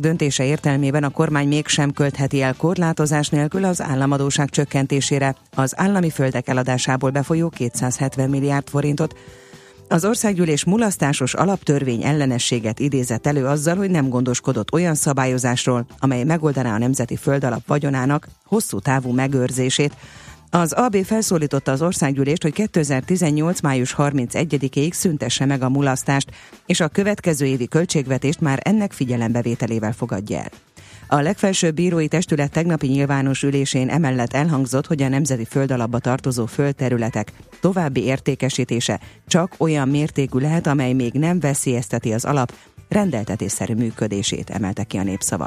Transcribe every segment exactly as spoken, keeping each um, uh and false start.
döntése értelmében a kormány mégsem költheti el korlátozás nélkül az államadósság csökkentésére az állami földek eladásából befolyó kétszázhetven milliárd forintot. Az országgyűlés mulasztásos alaptörvény ellenességet idézett elő azzal, hogy nem gondoskodott olyan szabályozásról, amely megoldaná a nemzeti földalap vagyonának hosszú távú megőrzését. Az á bé felszólította az országgyűlést, hogy kétezer-tizennyolc. május harmincegyedikéig szüntesse meg a mulasztást, és a következő évi költségvetést már ennek figyelembevételével fogadja el. A legfelsőbb bírói testület tegnapi nyilvános ülésén emellett elhangzott, hogy a nemzeti földalapba tartozó földterületek további értékesítése csak olyan mértékű lehet, amely még nem veszélyezteti az alap rendeltetésszerű működését, emelte ki a Népszava.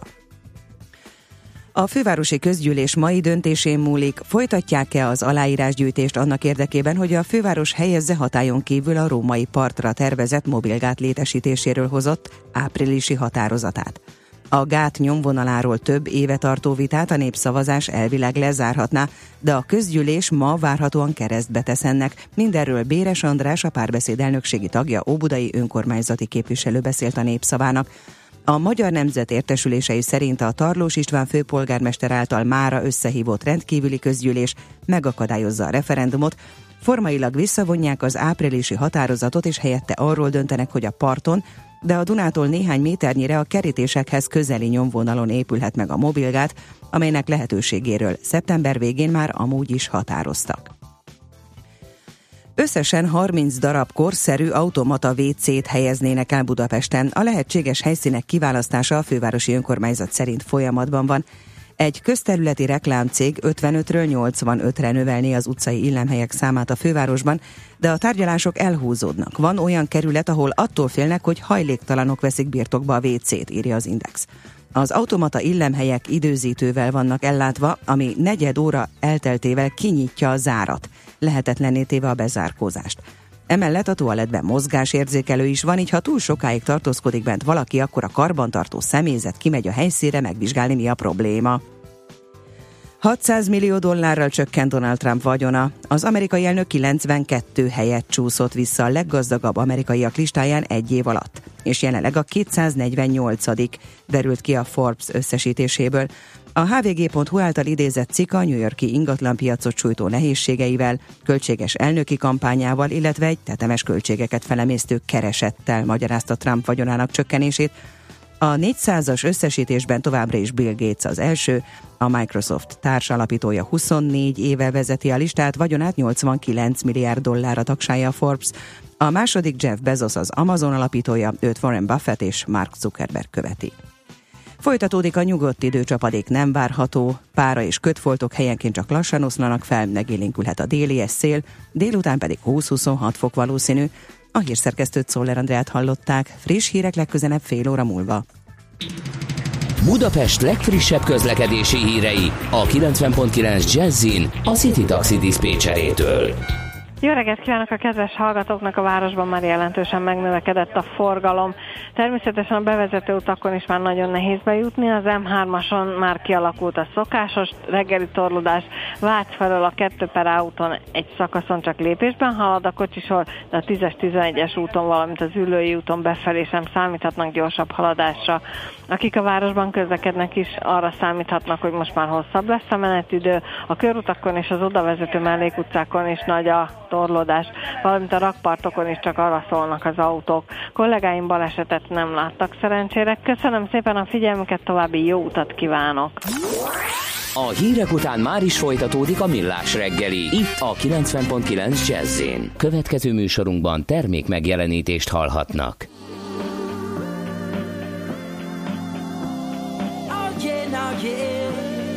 A fővárosi közgyűlés mai döntésén múlik, folytatják-e az aláírásgyűjtést annak érdekében, hogy a főváros helyezze hatályon kívül a római partra tervezett mobilgát létesítéséről hozott áprilisi határozatát. A gát nyomvonaláról több éve tartó vitát a népszavazás elvileg lezárhatná, de a közgyűlés ma várhatóan keresztbe tesz ennek. Mindenről Béres András, a Párbeszéd elnökségi tagja, óbudai önkormányzati képviselő beszélt a Népszavának. A Magyar Nemzet értesülései szerint a Tarlós István főpolgármester által mára összehívott rendkívüli közgyűlés megakadályozza a referendumot, formailag visszavonják az áprilisi határozatot, és helyette arról döntenek, hogy a parton, de a Dunától néhány méternyire a kerítésekhez közeli nyomvonalon épülhet meg a mobilgát, amelynek lehetőségéről szeptember végén már amúgy is határoztak. Összesen harminc darab korszerű automata vécét helyeznének el Budapesten. A lehetséges helyszínek kiválasztása a fővárosi önkormányzat szerint folyamatban van. Egy közterületi reklámcég ötvenötről nyolcvanötre növelné az utcai illemhelyek számát a fővárosban, de a tárgyalások elhúzódnak. Van olyan kerület, ahol attól félnek, hogy hajléktalanok veszik birtokba a vécét, írja az Index. Az automata illemhelyek időzítővel vannak ellátva, ami negyed óra elteltével kinyitja a zárat, lehetetlenné téve a bezárkózást. Emellett a toalettben mozgásérzékelő is van, így ha túl sokáig tartózkodik bent valaki, akkor a karbantartó személyzet kimegy a helyszínre megvizsgálni, mi a probléma. hatszáz millió dollárral csökkent Donald Trump vagyona. Az amerikai elnök kilencvenkettő helyet csúszott vissza a leggazdagabb amerikaiak listáján egy év alatt, és jelenleg a kétszáznegyvennyolcadik derült ki a Forbes összesítéséből. A há vé gé pont hú által idézett cikk a New York-i ingatlanpiacot sújtó nehézségeivel, költséges elnöki kampányával, illetve egy tetemes költségeket felemésztő keresettel magyarázta Trump vagyonának csökkenését. A négyszázas összesítésben továbbra is Bill Gates az első, a Microsoft társalapítója huszonnégy éve vezeti a listát, vagyonát nyolcvankilenc milliárd dollárra tagsálja a Forbes. A második Jeff Bezos az Amazon alapítója, őt Warren Buffett és Mark Zuckerberg követi. Folytatódik a nyugodt időcsapadék, nem várható, pára és kötfoltok helyenként csak lassan oszlanak fel, megélénkülhet a délies szél, délután pedig húsz-huszonhat fok valószínű. A hírszerkesztőt, Szoller Andreát hallották, friss hírek legközelebb fél óra múlva. Budapest legfrissebb közlekedési hírei a kilencven pont kilenc Jazzin a City Taxi diszpécserétől. Jó reggelt kívánok a kedves hallgatóknak! A városban már jelentősen megnövekedett a forgalom. Természetesen a bevezető utakon is már nagyon nehéz bejutni. Az em hármason már kialakult a szokásos reggeli torlódás. Vác felől a kettő per á úton egy szakaszon csak lépésben halad a kocsisor, de a tízes, tizenegyes úton, valamint az Üllői úton befelé sem számíthatnak gyorsabb haladásra. Akik a városban közlekednek is, arra számíthatnak, hogy most már hosszabb lesz a menetidő. A körutakon és az odavezető mellékutcákon is nagy a torlódás, valamint a rakpartokon is csak arra szólnak az autók. Kollégáim balesetet nem láttak szerencsére. Köszönöm szépen a figyelmüket, további jó utat kívánok! A hírek után már is folytatódik a Millás reggeli, itt a kilencven pont kilenc Jazz-én. Következő műsorunkban termék megjelenítést hallhatnak. Oh yeah, now yeah.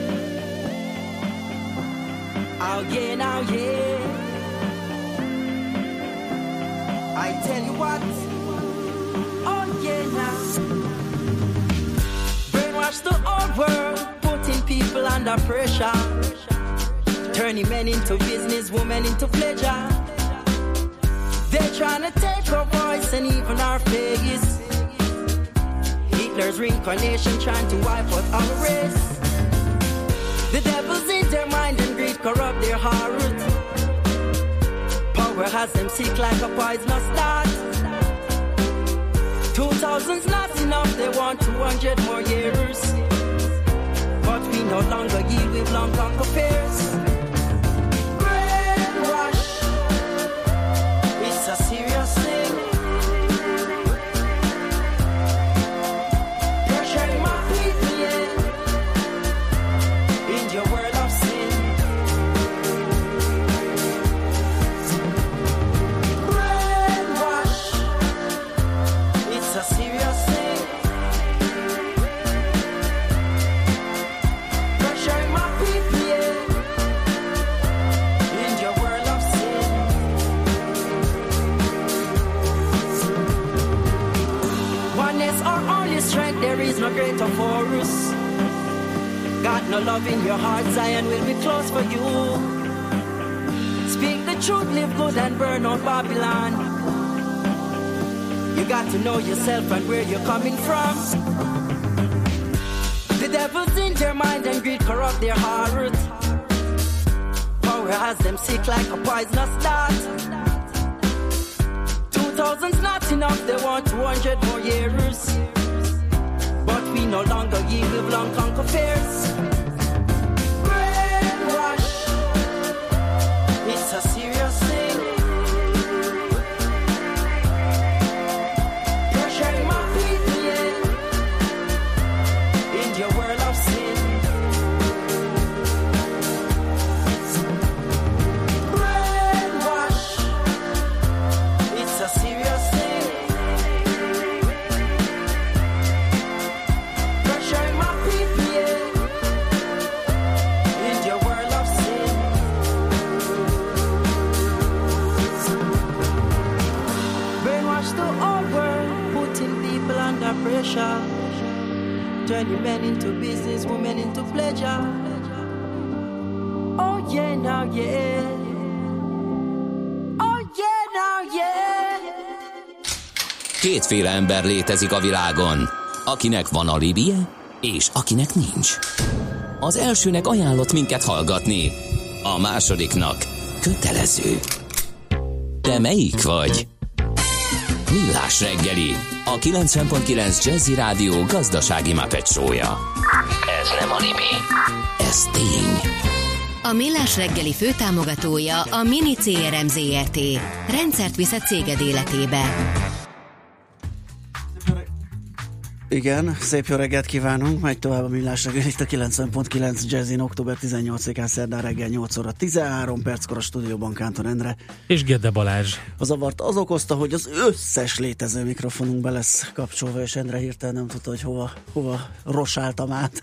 Oh yeah, now yeah. I tell you what, oh yeah now. Brainwash the whole world, putting people under pressure, turning men into business, women into pleasure. They're trying to take our voice and even our face. Hitler's reincarnation trying to wipe out our race. The devil's in their mind and greed corrupt their heart. Power has them sick like a poisonous dart. Two thousand's not enough, they want two hundred more years. But we no longer yield with long conquer fears. Brainwash, it's a serious thing. Pressuring my people, yeah, in your world of sin. Brainwash, it's a serious thing. Pressuring my people, yeah, in your world of sin. Oneness our only strength, there is no greater for us. Got no love in your heart, Zion will be close for you. Speak the truth, live good and burn out Babylon. You got to know yourself and where you're coming from. The devil's in their mind and greed corrupt their heart. Power has them sick like a poisonous dart. Two thousand's not enough, they want two hundred more years. But we no longer yield with long conquer fears. Brainwash, it's a serious thing. Pressuring my people, yeah, in your world of sin. Brainwash, it's a serious thing. Pressuring my people, yeah, in your world of sin. Brainwash the whole world, putting people under pressure. Turning men into business, women into pleasure. Oh yeah, now yeah. Oh yeah, now yeah. Kétféle ember létezik a világon, akinek van alibije, és akinek nincs. Az elsőnek ajánlott minket hallgatni, a másodiknak kötelező. Te melyik vagy? Millás reggeli, a kilencven pont kilenc Jazzy Rádió gazdasági Muppet show-ja. Ez nem anime, ez tény. A Millás reggeli főtámogatója a Mini cé er em zé er té. Rendszert visz a céged életébe. Igen, szép jó reggelt kívánunk, megy tovább a Millás reggel itt a kilencven pont kilenc Jazzin, október tizennyolcadikán szerdán reggel nyolc óra tizenhárom perckor a stúdióban Kántor Endre. És Gede Balázs. A zavart az okozta, hogy az összes létező mikrofonunk be lesz kapcsolva, és Endre hirtelen nem tudta, hogy hova, hova rosáltam át.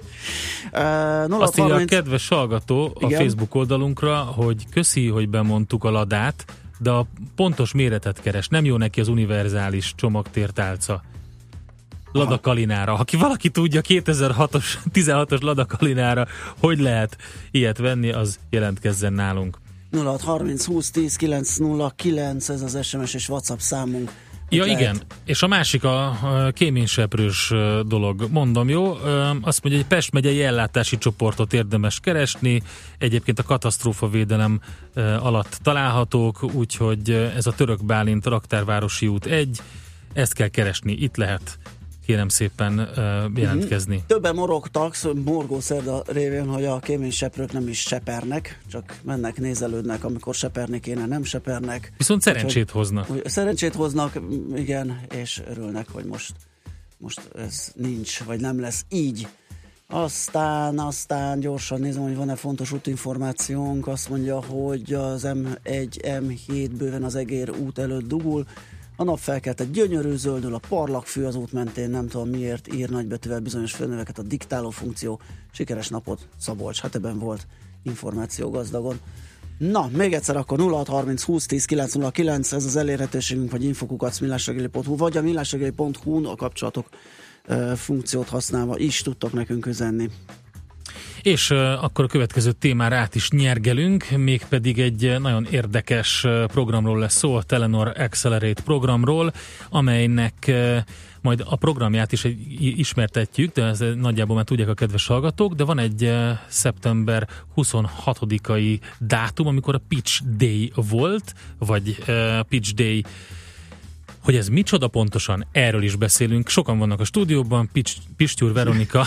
uh, Azt írja a kedves hallgató a Igen? Facebook oldalunkra, hogy köszi, hogy bemondtuk a ladát, de a pontos méretet keres. Nem jó neki az univerzális csomagtértálca. Lada Kalinára. Ha ki valaki tudja kétezer-hatos, tizenhatos Lada Kalinára, hogy lehet ilyet venni, az jelentkezzen nálunk. nulla hat harminc húsz tíz kilenc nulla kilenc, ez az es em es és WhatsApp számunk. Ja, lehet... igen, és a másik a kéményseprős dolog. Mondom, jó? Azt mondja, hogy Pest megyei ellátási csoportot érdemes keresni, egyébként a katasztrófavédelem alatt találhatók, úgyhogy ez a Török Bálint Raktárvárosi út egy, ezt kell keresni, itt lehet kérem szépen uh, jelentkezni. Mm-hmm. Többen morogtak, morgó szerda révén, hogy a kéményseprők nem is sepernek, csak mennek, nézelődnek, amikor seperni kéne, nem sepernek. Viszont szerencsét hoznak. Szerencsét hoznak, igen, és örülnek, hogy most, most ez nincs, vagy nem lesz így. Aztán, aztán gyorsan nézem, hogy van-e fontos útinformációnk. Azt mondja, hogy az em egy em hét bőven az Egér út előtt dugul. A nap felkeltett, gyönyörű zöldül, a parlagfű az út mentén, nem tudom miért ír nagybetűvel bizonyos főneveket a diktáló funkció. Sikeres napot, Szabolcs. Hát ebben volt információ gazdagon. Na, még egyszer akkor nulla hat harminc húsz tíz kilenc nulla kilenc, ez az elérhetőségünk, vagy infokukac millásreggeli pont hu, vagy a millásreggeli pont hu-n a kapcsolatok uh, funkciót használva is tudtok nekünk üzenni. És uh, akkor a következő témára át is nyergelünk, mégpedig egy nagyon érdekes programról lesz szó, a Telenor Accelerate programról, amelynek uh, majd a programját is egy, ismertetjük, de ez nagyjából már tudják a kedves hallgatók, de van egy uh, szeptember huszonhatodikai dátum, amikor a Pitch Day volt, vagy uh, Pitch Day Hogy ez micsoda pontosan, erről is beszélünk. Sokan vannak a stúdióban, Pics, Pistyúr Veronika,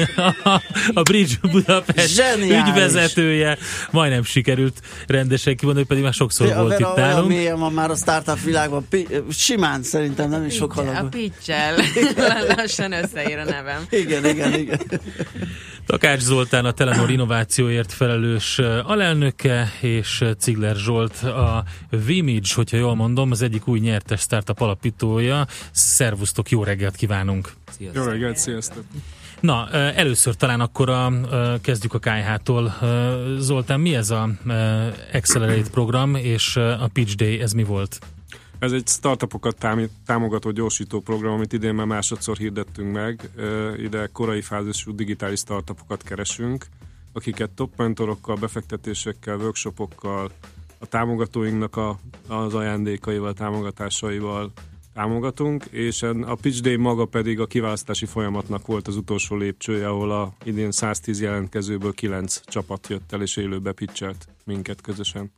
a Bridge Budapest Zseniális. Ügyvezetője. Majdnem sikerült rendesen kimondani, pedig már sokszor a volt Vera itt nálunk. Milyen van már a startup világban, Pi- simán szerintem nem is sok halad. A Pitchel, lassan összeír a nevem. Igen, igen, igen. Takács Zoltán a Telenor innovációért felelős alelnöke, és Cigler Zsolt a Vimage, hogyha jól mondom, az egyik új nyertes startup alapítója. Szervusztok, jó reggelt kívánunk! Sziasztok. Jó reggelt, sziasztok! Na, először talán akkor a, kezdjük a ká há tól. Zoltán, mi ez a Accelerate program, és a Pitch Day, ez mi volt? Ez egy startupokat támogató gyorsító program, amit idén már másodszor hirdettünk meg. Ide korai fázisú digitális startupokat keresünk, akiket top mentorokkal, befektetésekkel, workshopokkal, a támogatóinknak a, az ajándékaival, támogatásaival támogatunk, és a Pitch Day maga pedig a kiválasztási folyamatnak volt az utolsó lépcsője, ahol a idén száztíz jelentkezőből kilenc csapat jött el, és élőbe pitchelt minket közösen.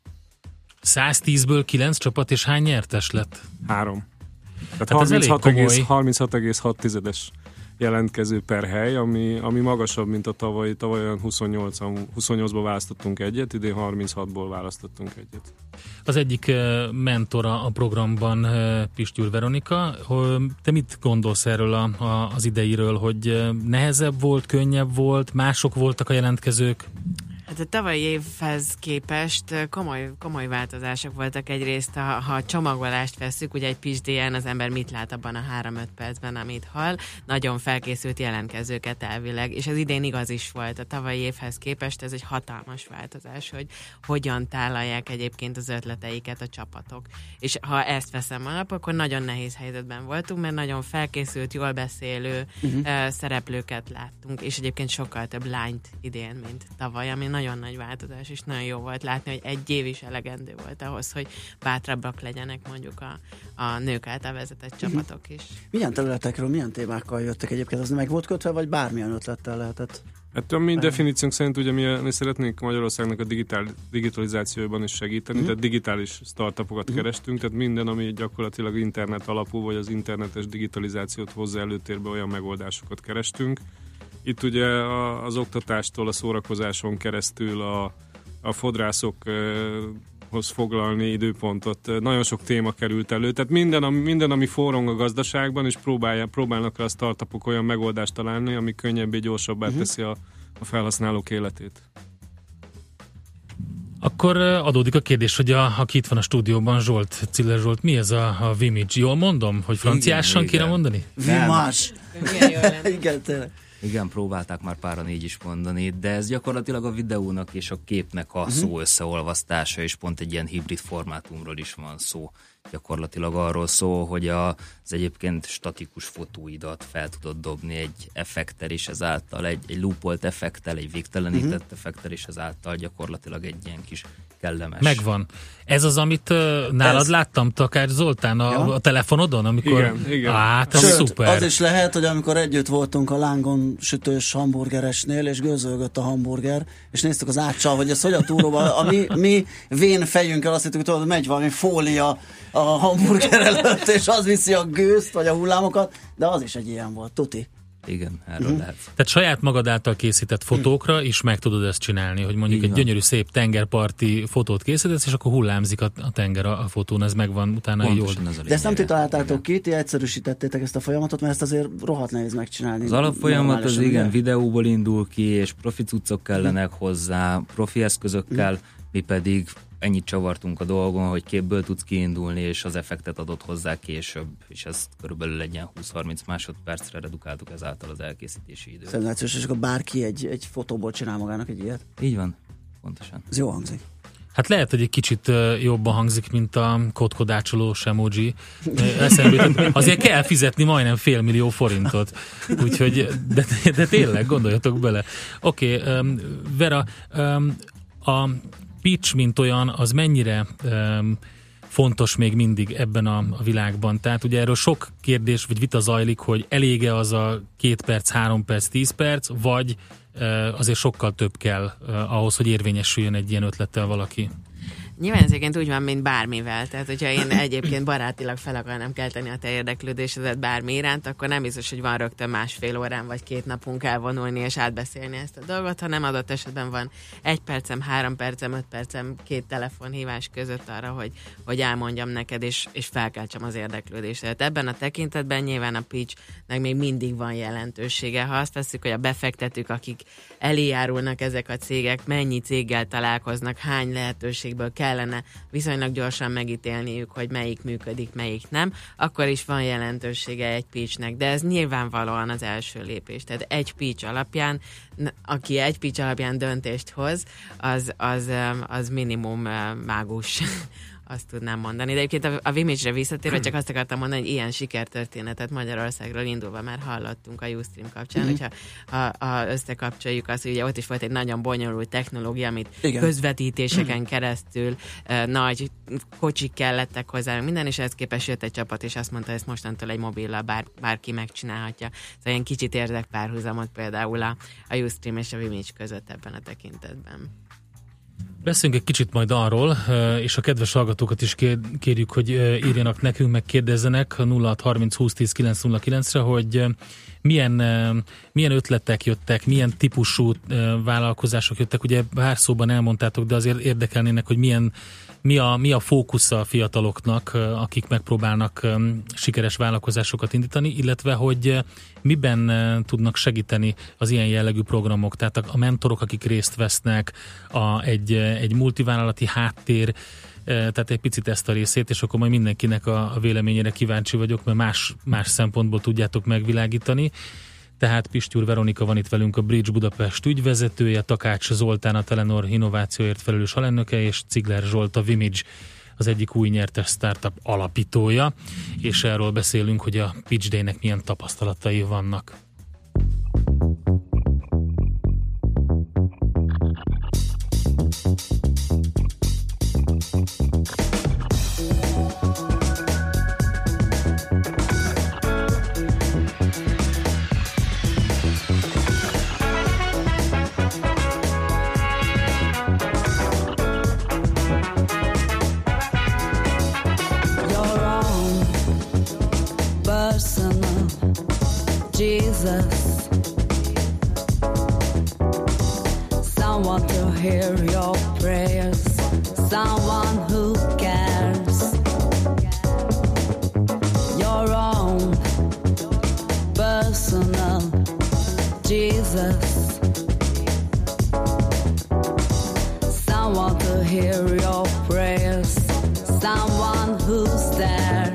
száztízből kilenc csapat, és hány nyertes lett? Három. Tehát hát harminchat egész hat tizedes jelentkező per hely, ami, ami magasabb, mint a tavalyi. Tavaly olyan huszonnyolcban választottunk egyet, idén harminchatból választottunk egyet. Az egyik mentora a programban Pistyúr Veronika. Te mit gondolsz erről a, a, az ideiről, hogy nehezebb volt, könnyebb volt, mások voltak a jelentkezők? Hát a tavalyi évhez képest komoly, komoly változások voltak. Egyrészt, ha, ha a csomagolást vesszük, ugye egy Pitch Day-en az ember mit lát abban a három-öt percben, amit hall. Nagyon felkészült jelentkezőket elvileg, és ez idén igaz is volt. A tavalyi évhez képest ez egy hatalmas változás, hogy hogyan tálalják egyébként az ötleteiket a csapatok. És ha ezt veszem alap, akkor nagyon nehéz helyzetben voltunk, mert nagyon felkészült, jól beszélő uh-huh. uh, szereplőket láttunk, és egyébként sokkal több lányt idén, mint tavaly, ami nagyon nagy változás, és nagyon jó volt látni, hogy egy év is elegendő volt ahhoz, hogy bátrabbak legyenek mondjuk a, a nők által vezetett csapatok is. Milyen területekről, milyen témákkal jöttek egyébként? Az meg volt kötve, vagy bármilyen ötlettel lehetett? Hát a mi definíciónk szerint ugye mi, mi szeretnénk Magyarországnak a digitál, digitalizációban is segíteni, mm. tehát digitális startupokat mm. kerestünk, tehát minden, ami gyakorlatilag internet alapú, vagy az internetes digitalizációt hozza előtérbe, olyan megoldásokat kerestünk. Itt ugye az oktatástól, a szórakozáson keresztül a, a fodrászokhoz foglalni időpontot. Nagyon sok téma került elő. Tehát minden, minden ami forrong a gazdaságban, és próbálja, próbálnak rá a startupok olyan megoldást találni, ami könnyebbé, gyorsabbá uh-huh. teszi a, a felhasználók életét. Akkor adódik a kérdés, hogy a, aki itt van a stúdióban, Zsolt, Ciller Zsolt, mi ez a, a Vimage? Jól mondom, hogy franciásan kéne mondani? Vimage! Igen, tényleg. Igen, próbálták már páran így is mondani, de ez gyakorlatilag a videónak és a képnek a uh-huh. szó összeolvasztása, és pont egy ilyen hibrid formátumról is van szó. Gyakorlatilag arról szól, hogy az egyébként statikus fotóidat fel tudod dobni egy effektel, és ezáltal egy, egy loopolt effektel, egy végtelenített uh-huh. effektel, és ezáltal gyakorlatilag egy ilyen kis kellemes. Megvan. Ez az, amit uh, nálad Ez... láttam, Takács Zoltán, a, ja. a telefonodon, amikor... Igen, igen. Át, az Sőt, szuper. Az is lehet, hogy amikor együtt voltunk a lángon sütős hamburgeresnél, és gőzölgött a hamburger, és néztük az áccsal, hogy ez hogy a túróban, a mi, mi vén fejünkkel azt hittük, hogy tudod, megy valami fólia a hamburger előtt, és az viszi a gőzt, vagy a hullámokat, de az is egy ilyen volt, tuti. Igen, erről mm. lehet. Tehát saját magad által készített fotókra is meg tudod ezt csinálni, hogy mondjuk így egy van. Gyönyörű szép tengerparti fotót készítesz, és akkor hullámzik a, a tenger a, a fotón, ez megvan utána egy old. De ezt nem ti találtátok ki, ti egyszerűsítettétek ezt a folyamatot, mert ezt azért rohadt nehéz megcsinálni. Az alapfolyamat az igen, ugye? Videóból indul ki, és profi cuccok kellenek hozzá, profi eszközökkel, mm. mi pedig ennyit csavartunk a dolgon, hogy képből tudsz kiindulni, és az effektet adott hozzá később, és ezt körülbelül egy ilyen húsz-harminc másodpercre redukáltuk ezáltal az elkészítési időt. Szenzációs, és akkor bárki egy, egy fotóból csinál magának egy ilyet? Így van, pontosan. Ez jó hangzik. Hát lehet, hogy egy kicsit jobban hangzik, mint a kódkodácsolós emoji. Eszembe, azért kell fizetni majdnem fél millió forintot. Úgyhogy, de, de tényleg, gondoljatok bele. Oké, okay, um, Vera, um, a pitch, mint olyan, az mennyire um, fontos még mindig ebben a, a világban? Tehát ugye erről sok kérdés, vagy vita zajlik, hogy elége az a két perc, három perc, tíz perc, vagy uh, azért sokkal több kell uh, ahhoz, hogy érvényesüljön egy ilyen ötlettel valaki. Nyilván ez egyébként úgy van, mint bármivel. Tehát, hogyha én egyébként barátilag fel akarnám kelteni a te érdeklődésedet bármi iránt, akkor nem biztos, hogy van rögtön másfél órán vagy két napunk elvonulni és átbeszélni ezt a dolgot, hanem adott esetben van egy percem, három percem, öt percem, két telefonhívás között arra, hogy, hogy elmondjam neked, és, és felkeltsem az érdeklődésedet. Ebben a tekintetben nyilván a pitchnek még mindig van jelentősége. Ha azt veszük, hogy a befektetők, akik elé járulnak ezek a cégek, mennyi céggel találkoznak, hány lehetőségből kellene viszonylag gyorsan megítélniük, hogy melyik működik, melyik nem, akkor is van jelentősége egy pitchnek, de ez nyilvánvalóan az első lépés. Tehát egy pitch alapján, aki egy pitch alapján döntést hoz, az, az, az minimum mágus. Azt tudnám mondani. De egyébként a Vimage-re visszatérve csak azt akartam mondani, hogy ilyen sikertörténetet Magyarországról indulva már hallottunk a Ustream kapcsán, mm-hmm. hogyha ha, ha összekapcsoljuk azt, hogy ugye ott is volt egy nagyon bonyolult technológia, amit igen. közvetítéseken keresztül uh, nagy kocsik kellettek hozzá, minden, és ehhez képest jött egy csapat, és azt mondta, hogy ezt mostantól egy mobillal bár, bárki megcsinálhatja. Szóval ilyen kicsit érzek párhuzamot például a, a Ustream és a Vimage között ebben a tekintetben. Beszéljünk egy kicsit majd arról, és a kedves hallgatókat is kérjük, hogy írjanak nekünk, meg kérdezzenek a nulla hat harminc húsz tíz kilenc nulla kilencre, hogy milyen, milyen ötletek jöttek, milyen típusú vállalkozások jöttek. Ugye pár szóban elmondtátok, de azért érdekelnének, hogy milyen, mi a, mi a fókusza a fiataloknak, akik megpróbálnak sikeres vállalkozásokat indítani, illetve hogy miben tudnak segíteni az ilyen jellegű programok, tehát a mentorok, akik részt vesznek, a, egy, egy multivállalati háttér, tehát egy picit ezt a részét, és akkor majd mindenkinek a, a véleményére kíváncsi vagyok, mert más, más szempontból tudjátok megvilágítani. Tehát Pistyúr Veronika van itt velünk, a Bridge Budapest ügyvezetője, Takács Zoltán, a Telenor innovációért felelős alelnöke, és Cigler Zsolt, a Vimage, az egyik új nyertes startup alapítója, és erről beszélünk, hogy a Pitch Day-nek milyen tapasztalatai vannak. Jesus, someone to hear your prayers, someone who cares, your own personal Jesus, someone to hear your prayers, someone who's there.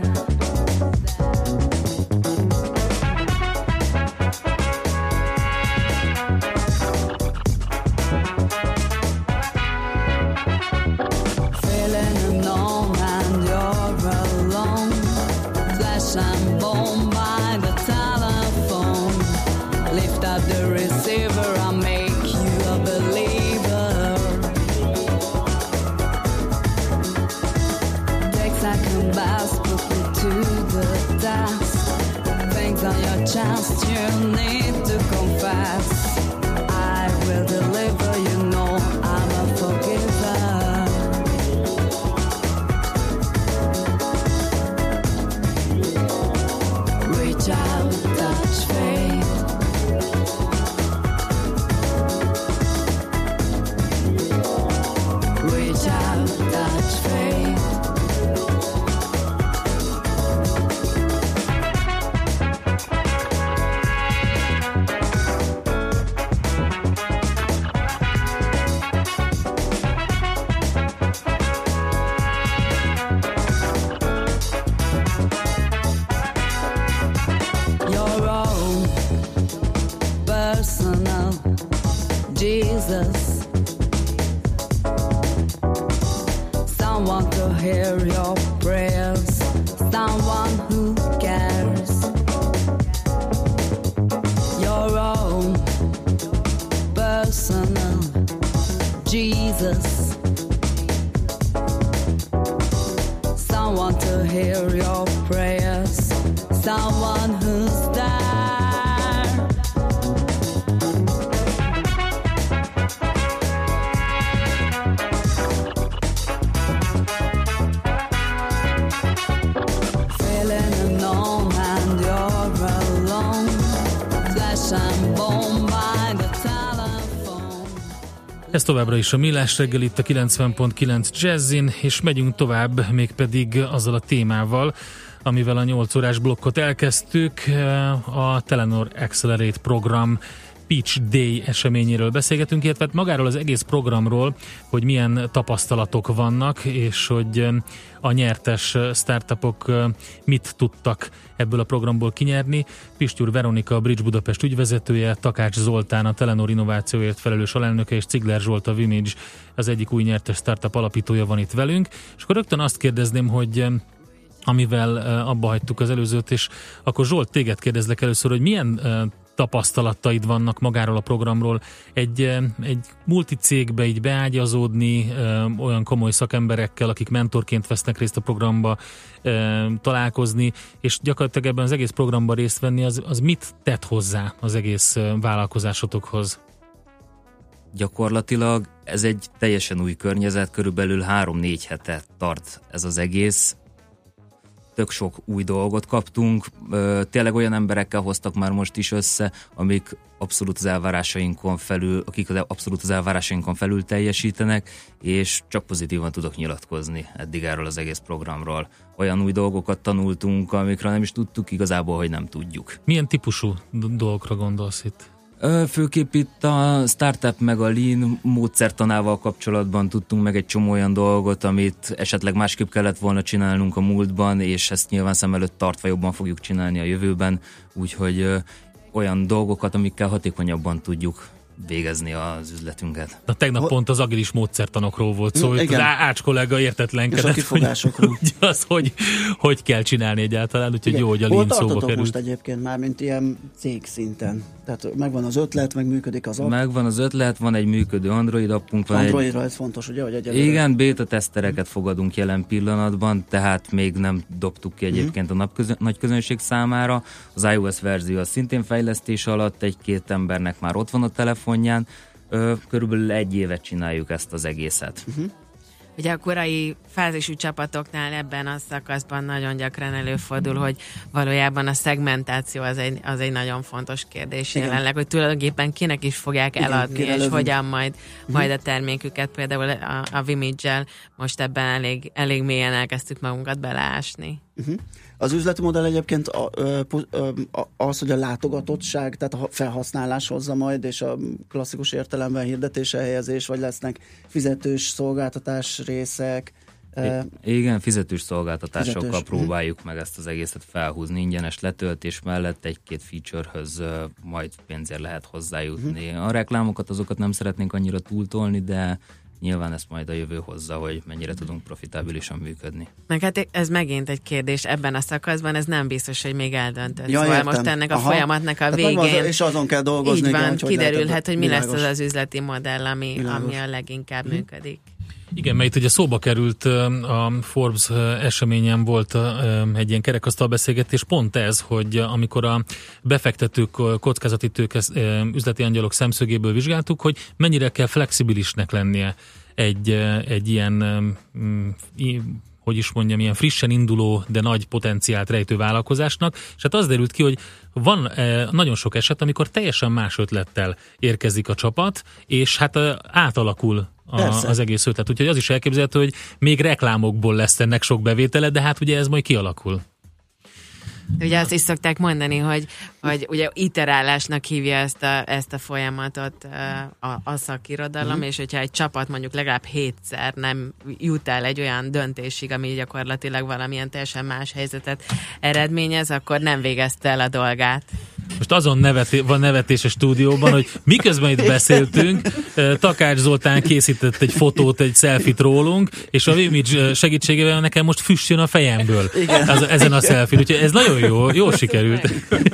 Chance you need to confess. I will deliver, you know I'm a forgiver. Reach out, touch faith. Reach out, touch faith. Jesus, someone to hear your prayers, someone who cares, your own personal Jesus, someone to hear your prayers, someone who's there. Ez továbbra is a Millás reggel itt a kilencven pont kilenc Jazzin, és megyünk tovább mégpedig azzal a témával, amivel a nyolc órás blokkot elkezdtük, a Telenor Accelerate program Pitch Day eseményéről beszélgetünk, illetve magáról az egész programról, hogy milyen tapasztalatok vannak, és hogy a nyertes startupok mit tudtak ebből a programból kinyerni. Pistyúr Veronika, a Bridge Budapest ügyvezetője, Takács Zoltán, a Telenor innovációért felelős alelnöke, és Cigler Zsolt, a Vimage, az egyik új nyertes startup alapítója van itt velünk. És akkor rögtön azt kérdezném, hogy amivel abba hagytuk az előzőt, és akkor Zsolt, téged kérdezlek először, hogy milyen tapasztalataid vannak magáról a programról, egy, egy multicégbe így beágyazódni, olyan komoly szakemberekkel, akik mentorként vesznek részt a programba, találkozni, és gyakorlatilag ebben az egész programban részt venni, az, az mit tett hozzá az egész vállalkozásotokhoz? Gyakorlatilag ez egy teljesen új környezet, körülbelül három-négy hete tart ez az egész. Tök sok új dolgot kaptunk, tényleg olyan emberekkel hoztak már most is össze, amik abszolút az elvárásainkon felül, akik abszolút az elvárásainkon felül teljesítenek, és csak pozitívan tudok nyilatkozni eddig erről az egész programról. Olyan új dolgokat tanultunk, amikről nem is tudtuk igazából, hogy nem tudjuk. Milyen típusú dolgokra gondolsz itt? Főképp itt a startup meg a lean módszertanával kapcsolatban tudtunk meg egy csomó olyan dolgot, amit esetleg másképp kellett volna csinálnunk a múltban, és ezt nyilván szem előtt tartva jobban fogjuk csinálni a jövőben, úgyhogy olyan dolgokat, amikkel hatékonyabban tudjuk végezni az üzletünket. Na, tegnap Ho- pont az agilis módszertanokról volt szó, hogy az Ács kollega értetlenkedett, hogy, hogy az, hogy, hogy kell csinálni egyáltalán, úgyhogy igen. Jó, hogy a lean szóba került. Most egyébként már, mint ilyen cég szinten? Tehát megvan az ötlet, meg működik az app? Megvan az ötlet, van egy működő Android appunk. Androidra egy... ez fontos, ugye? Hogy egyelőre... Igen, beta tesztereket fogadunk jelen pillanatban, tehát még nem dobtuk ki egyébként a napközön, nagy közönség számára. Az iOS verzió az szintén fejlesztés alatt, egy-két embernek már ott van a telefonján. Körülbelül egy évet csináljuk ezt az egészet. Uh-huh. Ugye a korai fázisú csapatoknál ebben a szakaszban nagyon gyakran előfordul, hogy valójában a szegmentáció az egy, az egy nagyon fontos kérdés igen. jelenleg, hogy tulajdonképpen kinek is fogják igen, eladni, és előbb. hogyan majd, uh-huh. majd a terméküket, például a, a Vimage-el most ebben elég, elég mélyen elkezdtük magunkat beleásni. Uh-huh. Az üzletmodell egyébként az, hogy a látogatottság, tehát a felhasználás hozza majd, és a klasszikus értelemben hirdetése helyezés, vagy lesznek fizetős szolgáltatás részek. Igen, fizetős szolgáltatásokkal fizetős. próbáljuk meg ezt az egészet felhúzni. Ingyenes letöltés mellett egy-két featurehöz majd pénzért lehet hozzájutni. Uh-huh. A reklámokat, azokat nem szeretnénk annyira túltolni, de nyilván ezt majd a jövő hozza, hogy mennyire tudunk profitábilisan működni. Meg hát ez megint egy kérdés ebben a szakaszban, ez nem biztos, hogy még eldöntött. Ja, szóval értem. most ennek a Aha. folyamatnak a hát végén. Az, és azon kell dolgozni. Így van, igen, kiderülhet, hogy mi világos. lesz az az üzleti modell, ami, ami a leginkább hmm. működik. Igen, mert itt ugye szóba került a Forbes eseményen volt egy ilyen kerekasztal beszélgetés, pont ez, hogy amikor a befektetők, kockázati tőke, üzleti angyalok szemszögéből vizsgáltuk, hogy mennyire kell flexibilisnek lennie egy, egy ilyen, hogy is mondjam, ilyen frissen induló, de nagy potenciált rejtő vállalkozásnak, és hát az derült ki, hogy van nagyon sok eset, amikor teljesen más ötlettel érkezik a csapat, és hát átalakul A, az egész ötlet. Úgyhogy az is elképzelhető, hogy még reklámokból lesz ennek sok bevétele, de hát ugye ez majd kialakul. Ugye azt is szokták mondani, hogy, hogy ugye iterálásnak hívja ezt a, ezt a folyamatot a, a szakirodalom, mm. és hogyha egy csapat mondjuk legalább hétszer nem jut el egy olyan döntésig, ami gyakorlatilag valamilyen teljesen más helyzetet eredményez, akkor nem végezte el a dolgát. Most azon neveté, van nevetés a stúdióban, hogy miközben itt beszéltünk, Takács Zoltán készített egy fotót, egy selfie-t rólunk, és a Vimage segítségével nekem most füst jön a fejemből az, ezen a selfie-n. Úgyhogy ez nagyon jó, jól sikerült.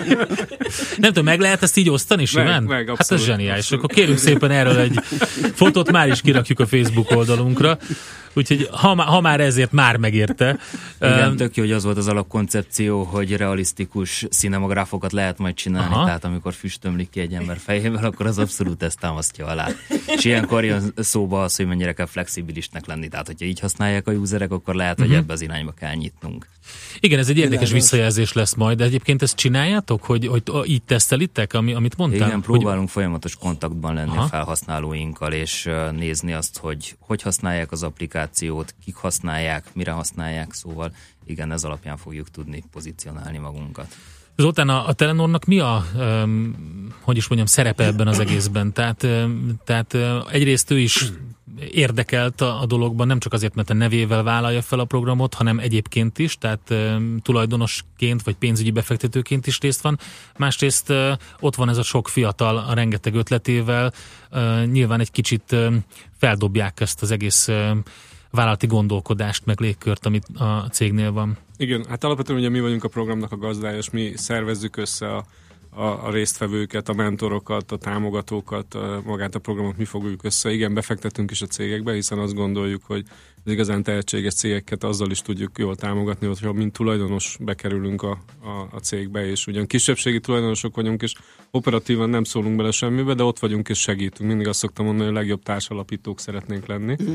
Nem tudom, meg lehet ezt így osztani, simán? Meg, meg, hát ez zseniális. Akkor kérünk szépen erről egy fotót, már is kirakjuk a Facebook oldalunkra. Úgyhogy ha, ha már ezért már megérte. Igen, tök jó, hogy az volt az alapkoncepció, hogy realisztikus cinemagráfokat lehet majd csinálni, aha. Tehát amikor füstömlik ki egy ember fejéből, akkor az abszolút ezt támasztja alá. És ilyenkor jön szóba az, hogy mennyire kell flexibilisnek lenni. Tehát, hogyha így használják a userek, akkor lehet, hogy uh-huh. ebbe az irányba kell nyitnunk. Igen, ez egy érdekes visszajelzés lesz majd, de egyébként ezt csináljátok, hogy, hogy így tesztelitek, ami, amit mondtál? Igen, próbálunk hogy... folyamatos kontaktban lenni aha. a felhasználóinkkal, és nézni azt, hogy hogy használják az applikációt, kik használják, mire használják, szóval igen, ez alapján fogjuk tudni pozícionálni magunkat. Zoltán, a, a Telenornak mi a, um, hogy is mondjam, szerepe ebben az egészben? Tehát, um, tehát uh, egyrészt ő is érdekelt a, a dologban, nem csak azért, mert a nevével vállalja fel a programot, hanem egyébként is, tehát um, tulajdonosként vagy pénzügyi befektetőként is részt van. Másrészt uh, ott van ez a sok fiatal a rengeteg ötletével, uh, nyilván egy kicsit uh, feldobják ezt az egész uh, vállalati gondolkodást, meg légkört, amit a cégnél van. Igen, hát alapvetően ugye mi vagyunk a programnak a gazdája, és mi szervezzük össze a, a, a résztvevőket, a mentorokat, a támogatókat, a, magát a programot mi fogjuk össze. Igen, befektetünk is a cégekbe, hiszen azt gondoljuk, hogy az igazán tehetséges cégeket azzal is tudjuk jól támogatni, hogyha mint tulajdonos bekerülünk a, a, a cégbe, és ugyan kisebbségi tulajdonosok vagyunk, és operatívan nem szólunk bele semmibe, de ott vagyunk és segítünk. Mindig azt szoktam mondani, hogy a legjobb társalapítók szeretnénk lenni. Mm.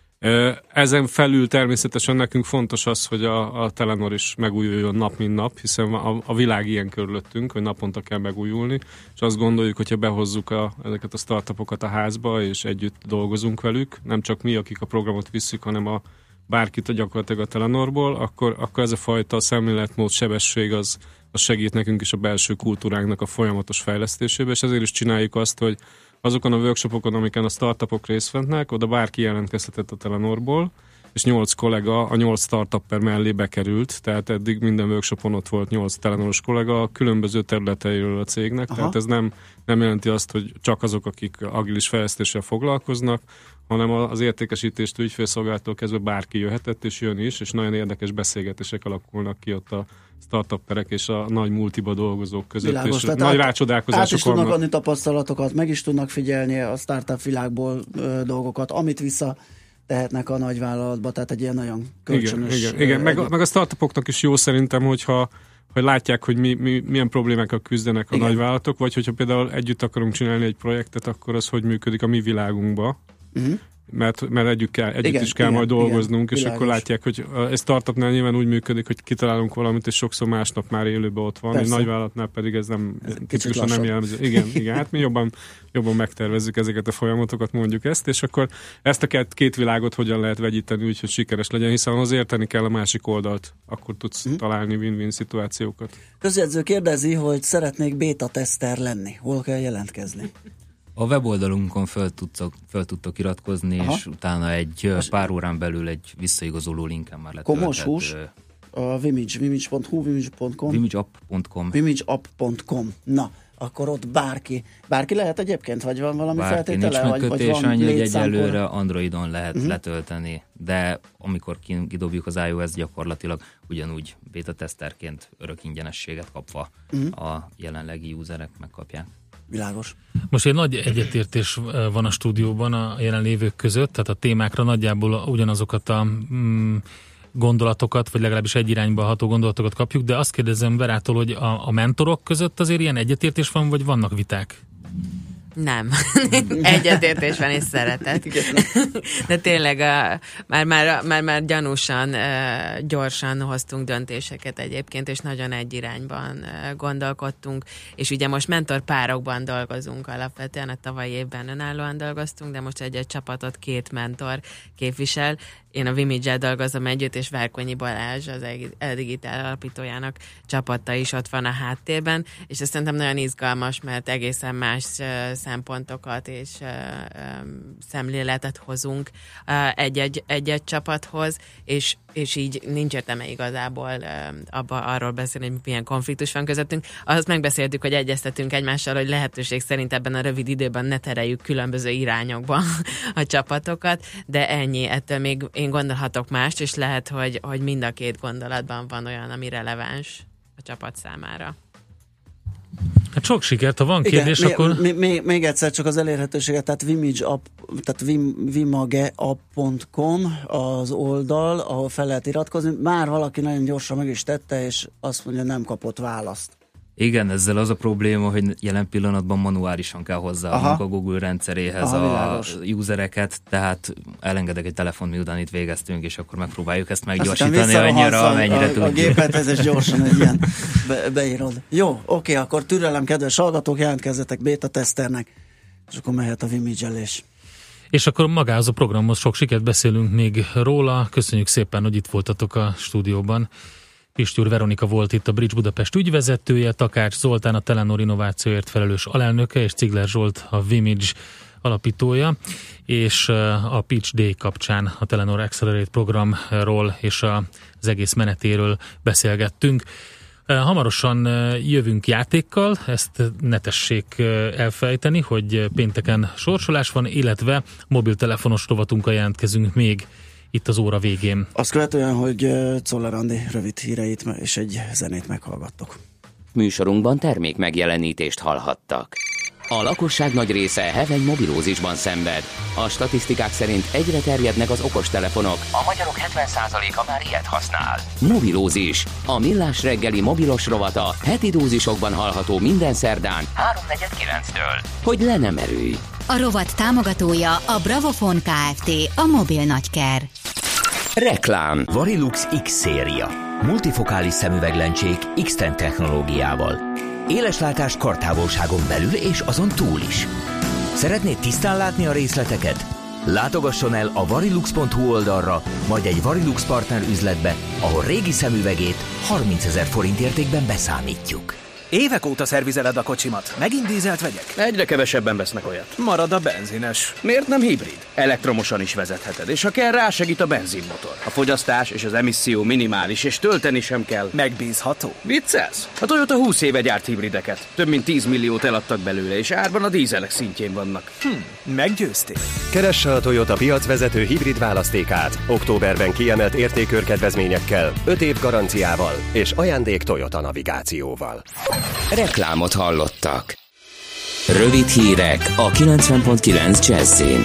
Ezen felül természetesen nekünk fontos az, hogy a, a Telenor is megújuljon nap, mint nap, hiszen a, a világ ilyen körülöttünk, hogy naponta kell megújulni, és azt gondoljuk, hogyha behozzuk a, ezeket a startupokat a házba, és együtt dolgozunk velük, nem csak mi, akik a programot visszük, hanem a bárkit a gyakorlatilag a Telenorból, akkor, akkor ez a fajta szemléletmód, sebesség az, az segít nekünk is a belső kultúránknak a folyamatos fejlesztésébe, és ezért is csináljuk azt, hogy azokon a workshopokon, amiken a startupok részt vennek, oda bárki jelentkezhetett a Telenorból, és nyolc kollega a nyolc startupper mellé bekerült, tehát eddig minden workshopon ott volt nyolc Telenoros kollega a különböző területeiről a cégnek, aha. Tehát ez nem, nem jelenti azt, hogy csak azok, akik agilis fejlesztéssel foglalkoznak, hanem az értékesítést ügyfélszolgálattól kezdve bárki jöhetett, és jön is, és nagyon érdekes beszélgetések alakulnak ki ott a startupperek és a nagy multiba dolgozók között, világos, és nagy át, rácsodálkozások át is tudnak vannak. Adni tapasztalatokat, meg is tudnak figyelni a startup világból ö, dolgokat, amit vissza tehetnek a nagyvállalatba, tehát egy ilyen nagyon kölcsönös... Igen, igen, igen. Meg, a, meg a startupoknak is jó szerintem, hogyha hogy látják, hogy mi, mi, milyen problémákkal küzdenek a igen. nagyvállalatok, vagy hogyha például együtt akarunk csinálni egy projektet, akkor az hogy működik a mi világunkba. Uh-huh. Mert, mert együtt, kell, együtt igen, is kell igen, majd dolgoznunk, igen, és világos. Akkor látják, hogy egy startupnál nyilván úgy működik, hogy kitalálunk valamit, és sokszor másnap már élőben ott van, persze. Egy nagyvállalatnál pedig ez nem ez tipikusan nem jellemző. Igen, igen, hát mi jobban, jobban megtervezzük ezeket a folyamatokat, mondjuk ezt, és akkor ezt a két, két világot hogyan lehet vegyíteni úgy, hogy sikeres legyen, hiszen az érteni kell a másik oldalt, akkor tudsz hmm. találni win-win szituációkat. Közjegyző kérdezi, hogy szeretnék beta teszter lenni. Hol kell jelentkezni? A weboldalunkon föl tudtok, föl tudtok iratkozni, aha. És utána egy pár órán belül egy visszaigazoló linken már letölthet. Komos hús? A Vimage, vimage pont hu, vimage pont com. vimageapp pont com. vimageapp pont com. Na, akkor ott bárki. Bárki lehet egyébként? Vagy van valami bárki, feltétele? Nincs megkötés, annyi, hogy egyelőre Androidon lehet uh-huh. letölteni, de amikor kidobjuk az iOS, gyakorlatilag ugyanúgy beta teszterként örök ingyenességet kapva uh-huh. a jelenlegi userek megkapják. Világos. Most egy nagy egyetértés van a stúdióban a jelenlévők között, tehát a témákra nagyjából ugyanazokat a mm, gondolatokat, vagy legalábbis egy irányba ható gondolatokat kapjuk, de azt kérdezem Verától, hogy a, a mentorok között azért ilyen egyetértés van, vagy vannak viták? Nem. Egyetértés van és szeretet. De tényleg a, már, már, már, már gyanúsan, gyorsan hoztunk döntéseket egyébként, és nagyon egy irányban gondolkodtunk. És ugye most mentorpárokban dolgozunk alapvetően, a tavalyi évben önállóan dolgoztunk, de most egy-egy csapatot két mentor képvisel. Én a Vimage-el dolgozom együtt, és Várkonyi Balázs, az E-Digitál alapítójának csapata is ott van a háttérben, és ez szerintem nagyon izgalmas, mert egészen más uh, szempontokat és uh, um, szemléletet hozunk uh, egy-egy, egy-egy csapathoz, és, és így nincs értelme igazából uh, abba arról beszélni, hogy milyen konfliktus van közöttünk. Azt megbeszéltük, hogy egyeztetünk egymással, hogy lehetőség szerint ebben a rövid időben ne tereljük különböző irányokba a csapatokat, de ennyi, ettől még én gondolhatok mást, és lehet, hogy, hogy mind a két gondolatban van olyan, ami releváns a csapat számára. Hát sok sikert, ha van kérdés, igen, akkor... Még, még, még egyszer csak az elérhetőséget, tehát Vimage app, tehát vim, vimageapp pont com az oldal, ahol fel lehet iratkozni. Már valaki nagyon gyorsan meg is tette, és azt mondja, nem kapott választ. Igen, ezzel az a probléma, hogy jelen pillanatban manuálisan kell hozzáadnunk a Google rendszeréhez Aha, a usereket, tehát elengedek egy telefont, miután itt végeztünk, és akkor megpróbáljuk ezt meggyorsítani annyira, amennyire a, tudjuk. A gépet ez is gyorsan egy ilyen be, beírod. Jó, oké, akkor türelem, kedves hallgatók, jelentkezzetek beta teszternek, és akkor mehet a Vimage-elés. És akkor magához a programhoz sok sikert, beszélünk még róla. Köszönjük szépen, hogy itt voltatok a stúdióban. Pistyúr Veronika volt itt, a Bridge Budapest ügyvezetője, Takács Zoltán a Telenor innovációért felelős alelnöke, és Cigler Zsolt a Vimage alapítója, és a Pitch Day kapcsán a Telenor Accelerate programról és az egész menetéről beszélgettünk. Hamarosan jövünk játékkal, ezt ne tessék elfelejteni, hogy pénteken sorsolás van, illetve mobiltelefonos rovatunkkal jelentkezünk még itt az óra végén. Azt követően, hogy Czoller Andi rövid híreit és egy zenét meghallgattok. Műsorunkban termék megjelenítést hallhattak. A lakosság nagy része heveny mobilózisban szenved. A statisztikák szerint egyre terjednek az okostelefonok. A magyarok hetven százaléka már ilyet használ. Mobilózis. A millás reggeli mobilos rovata heti dózisokban hallható minden szerdán háromnegyed kilenctől. Hogy le nem erőj. A rovat támogatója a Bravofon Kft. A mobil nagyker. Reklám. Varilux X-széria. Multifokális szemüveglencsék X-ten technológiával. Éleslátás kartávolságon belül és azon túl is. Szeretnéd tisztán látni a részleteket? Látogasson el a varilux pont hu oldalra, majd egy Varilux partner üzletbe, ahol régi szemüvegét harmincezer forint értékben beszámítjuk. Évek óta szervizeled a kocsimat. Megint dízelt vegyek? Egyre kevesebben vesznek olyat. Marad a benzines. Miért nem hibrid? Elektromosan is vezetheted, és ha kell, rásegít a benzinmotor. A fogyasztás és az emisszió minimális, és tölteni sem kell. Megbízható. Viccelsz? A Toyota húsz éve gyárt hibrideket. Több mint tíz milliót eladtak belőle, és árban a dízelek szintjén vannak. Hm, meggyőztél. Keresse a Toyota piacvezető hibrid választékát. Októberben kiemelt értékörkedvezményekkel, öt év garanciával és ajándék Toyota navigációval. Reklámot hallottak. Rövid hírek a kilencven pont kilenc Jazzin.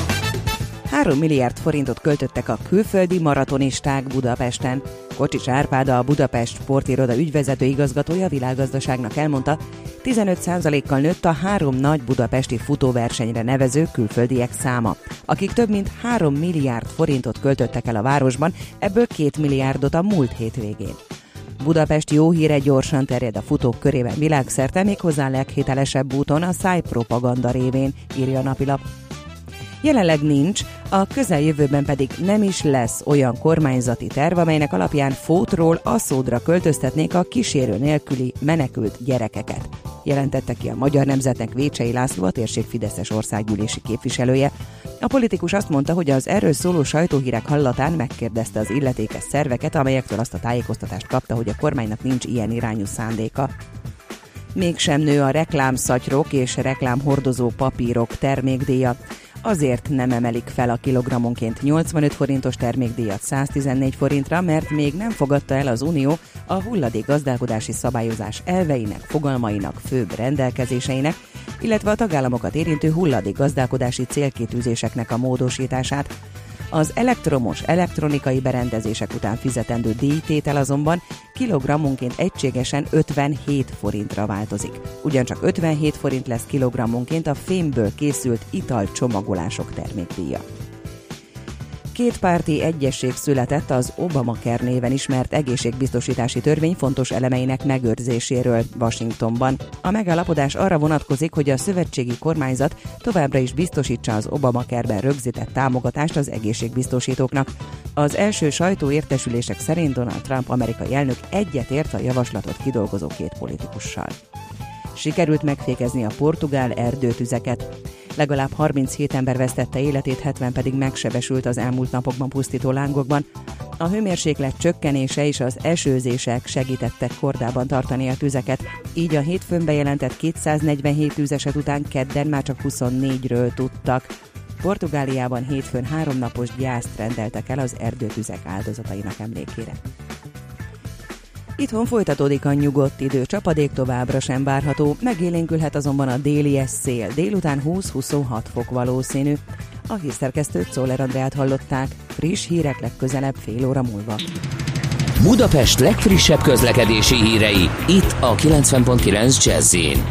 Három milliárd forintot költöttek a külföldi maratonisták Budapesten. Kocsis Árpád, a Budapest sportiroda ügyvezető igazgatója a Világgazdaságnak elmondta, tizenöt százalékkal nőtt a három nagy budapesti futóversenyre nevező külföldiek száma, akik több mint három milliárd forintot költöttek el a városban, ebből két milliárdot a múlt hétvégén. Budapest jó híre gyorsan terjed a futók körében világszerte, méghozzá leghitelesebb úton, a szájpropaganda révén, írja a napilap. Jelenleg nincs, a közeljövőben pedig nem is lesz olyan kormányzati terv, amelynek alapján Fótról Aszódra költöztetnék a kísérő nélküli menekült gyerekeket, jelentette ki a Magyar Nemzetnek Vécsei László, a térség fideszes országgyűlési képviselője. A politikus azt mondta, hogy az erről szóló sajtóhírek hallatán megkérdezte az illetékes szerveket, amelyektől azt a tájékoztatást kapta, hogy a kormánynak nincs ilyen irányú szándéka. Mégsem nő a reklámszatyrok és reklámhordozó papírok termékdíja. Azért nem emelik fel a kilogrammonként nyolcvanöt forintos termékdíjat száztizennégy forintra, mert még nem fogadta el az Unió a hulladékgazdálkodási szabályozás elveinek, fogalmainak, főbb rendelkezéseinek, illetve a tagállamokat érintő hulladékgazdálkodási célkitűzéseknek a módosítását. Az elektromos, elektronikai berendezések után fizetendő díjtétel azonban kilogrammonként egységesen ötvenhét forintra változik. Ugyancsak ötvenhét forint lesz kilogrammonként a fémből készült italcsomagolások termékdíja. Kétpárti egyesség született az Obamacare néven ismert egészségbiztosítási törvény fontos elemeinek megőrzéséről Washingtonban. A megállapodás arra vonatkozik, hogy a szövetségi kormányzat továbbra is biztosítsa az Obamacare-ben rögzített támogatást az egészségbiztosítóknak. Az első sajtóértesülések szerint Donald Trump amerikai elnök egyetért a javaslatot kidolgozó két politikussal. Sikerült megfékezni a portugál erdőtüzeket. Legalább harminchét ember vesztette életét, hetven pedig megsebesült az elmúlt napokban pusztító lángokban. A hőmérséklet csökkenése és az esőzések segítettek kordában tartani a tüzeket, így a hétfőn bejelentett kétszáznegyvenhét tűzeset után kedden már csak huszonnégyről tudtak. Portugáliában hétfőn háromnapos gyászt rendeltek el az erdőtüzek áldozatainak emlékére. Itthon folytatódik a nyugodt idő, csapadék továbbra sem várható, megélénkülhet azonban a délies szél, délután húsz-huszonhat fok valószínű. A hírszerkesztőt, Czoller Andreát hallották, friss hírek legközelebb fél óra múlva. Budapest legfrissebb közlekedési hírei, itt a kilencven pont kilenc Jazz-in.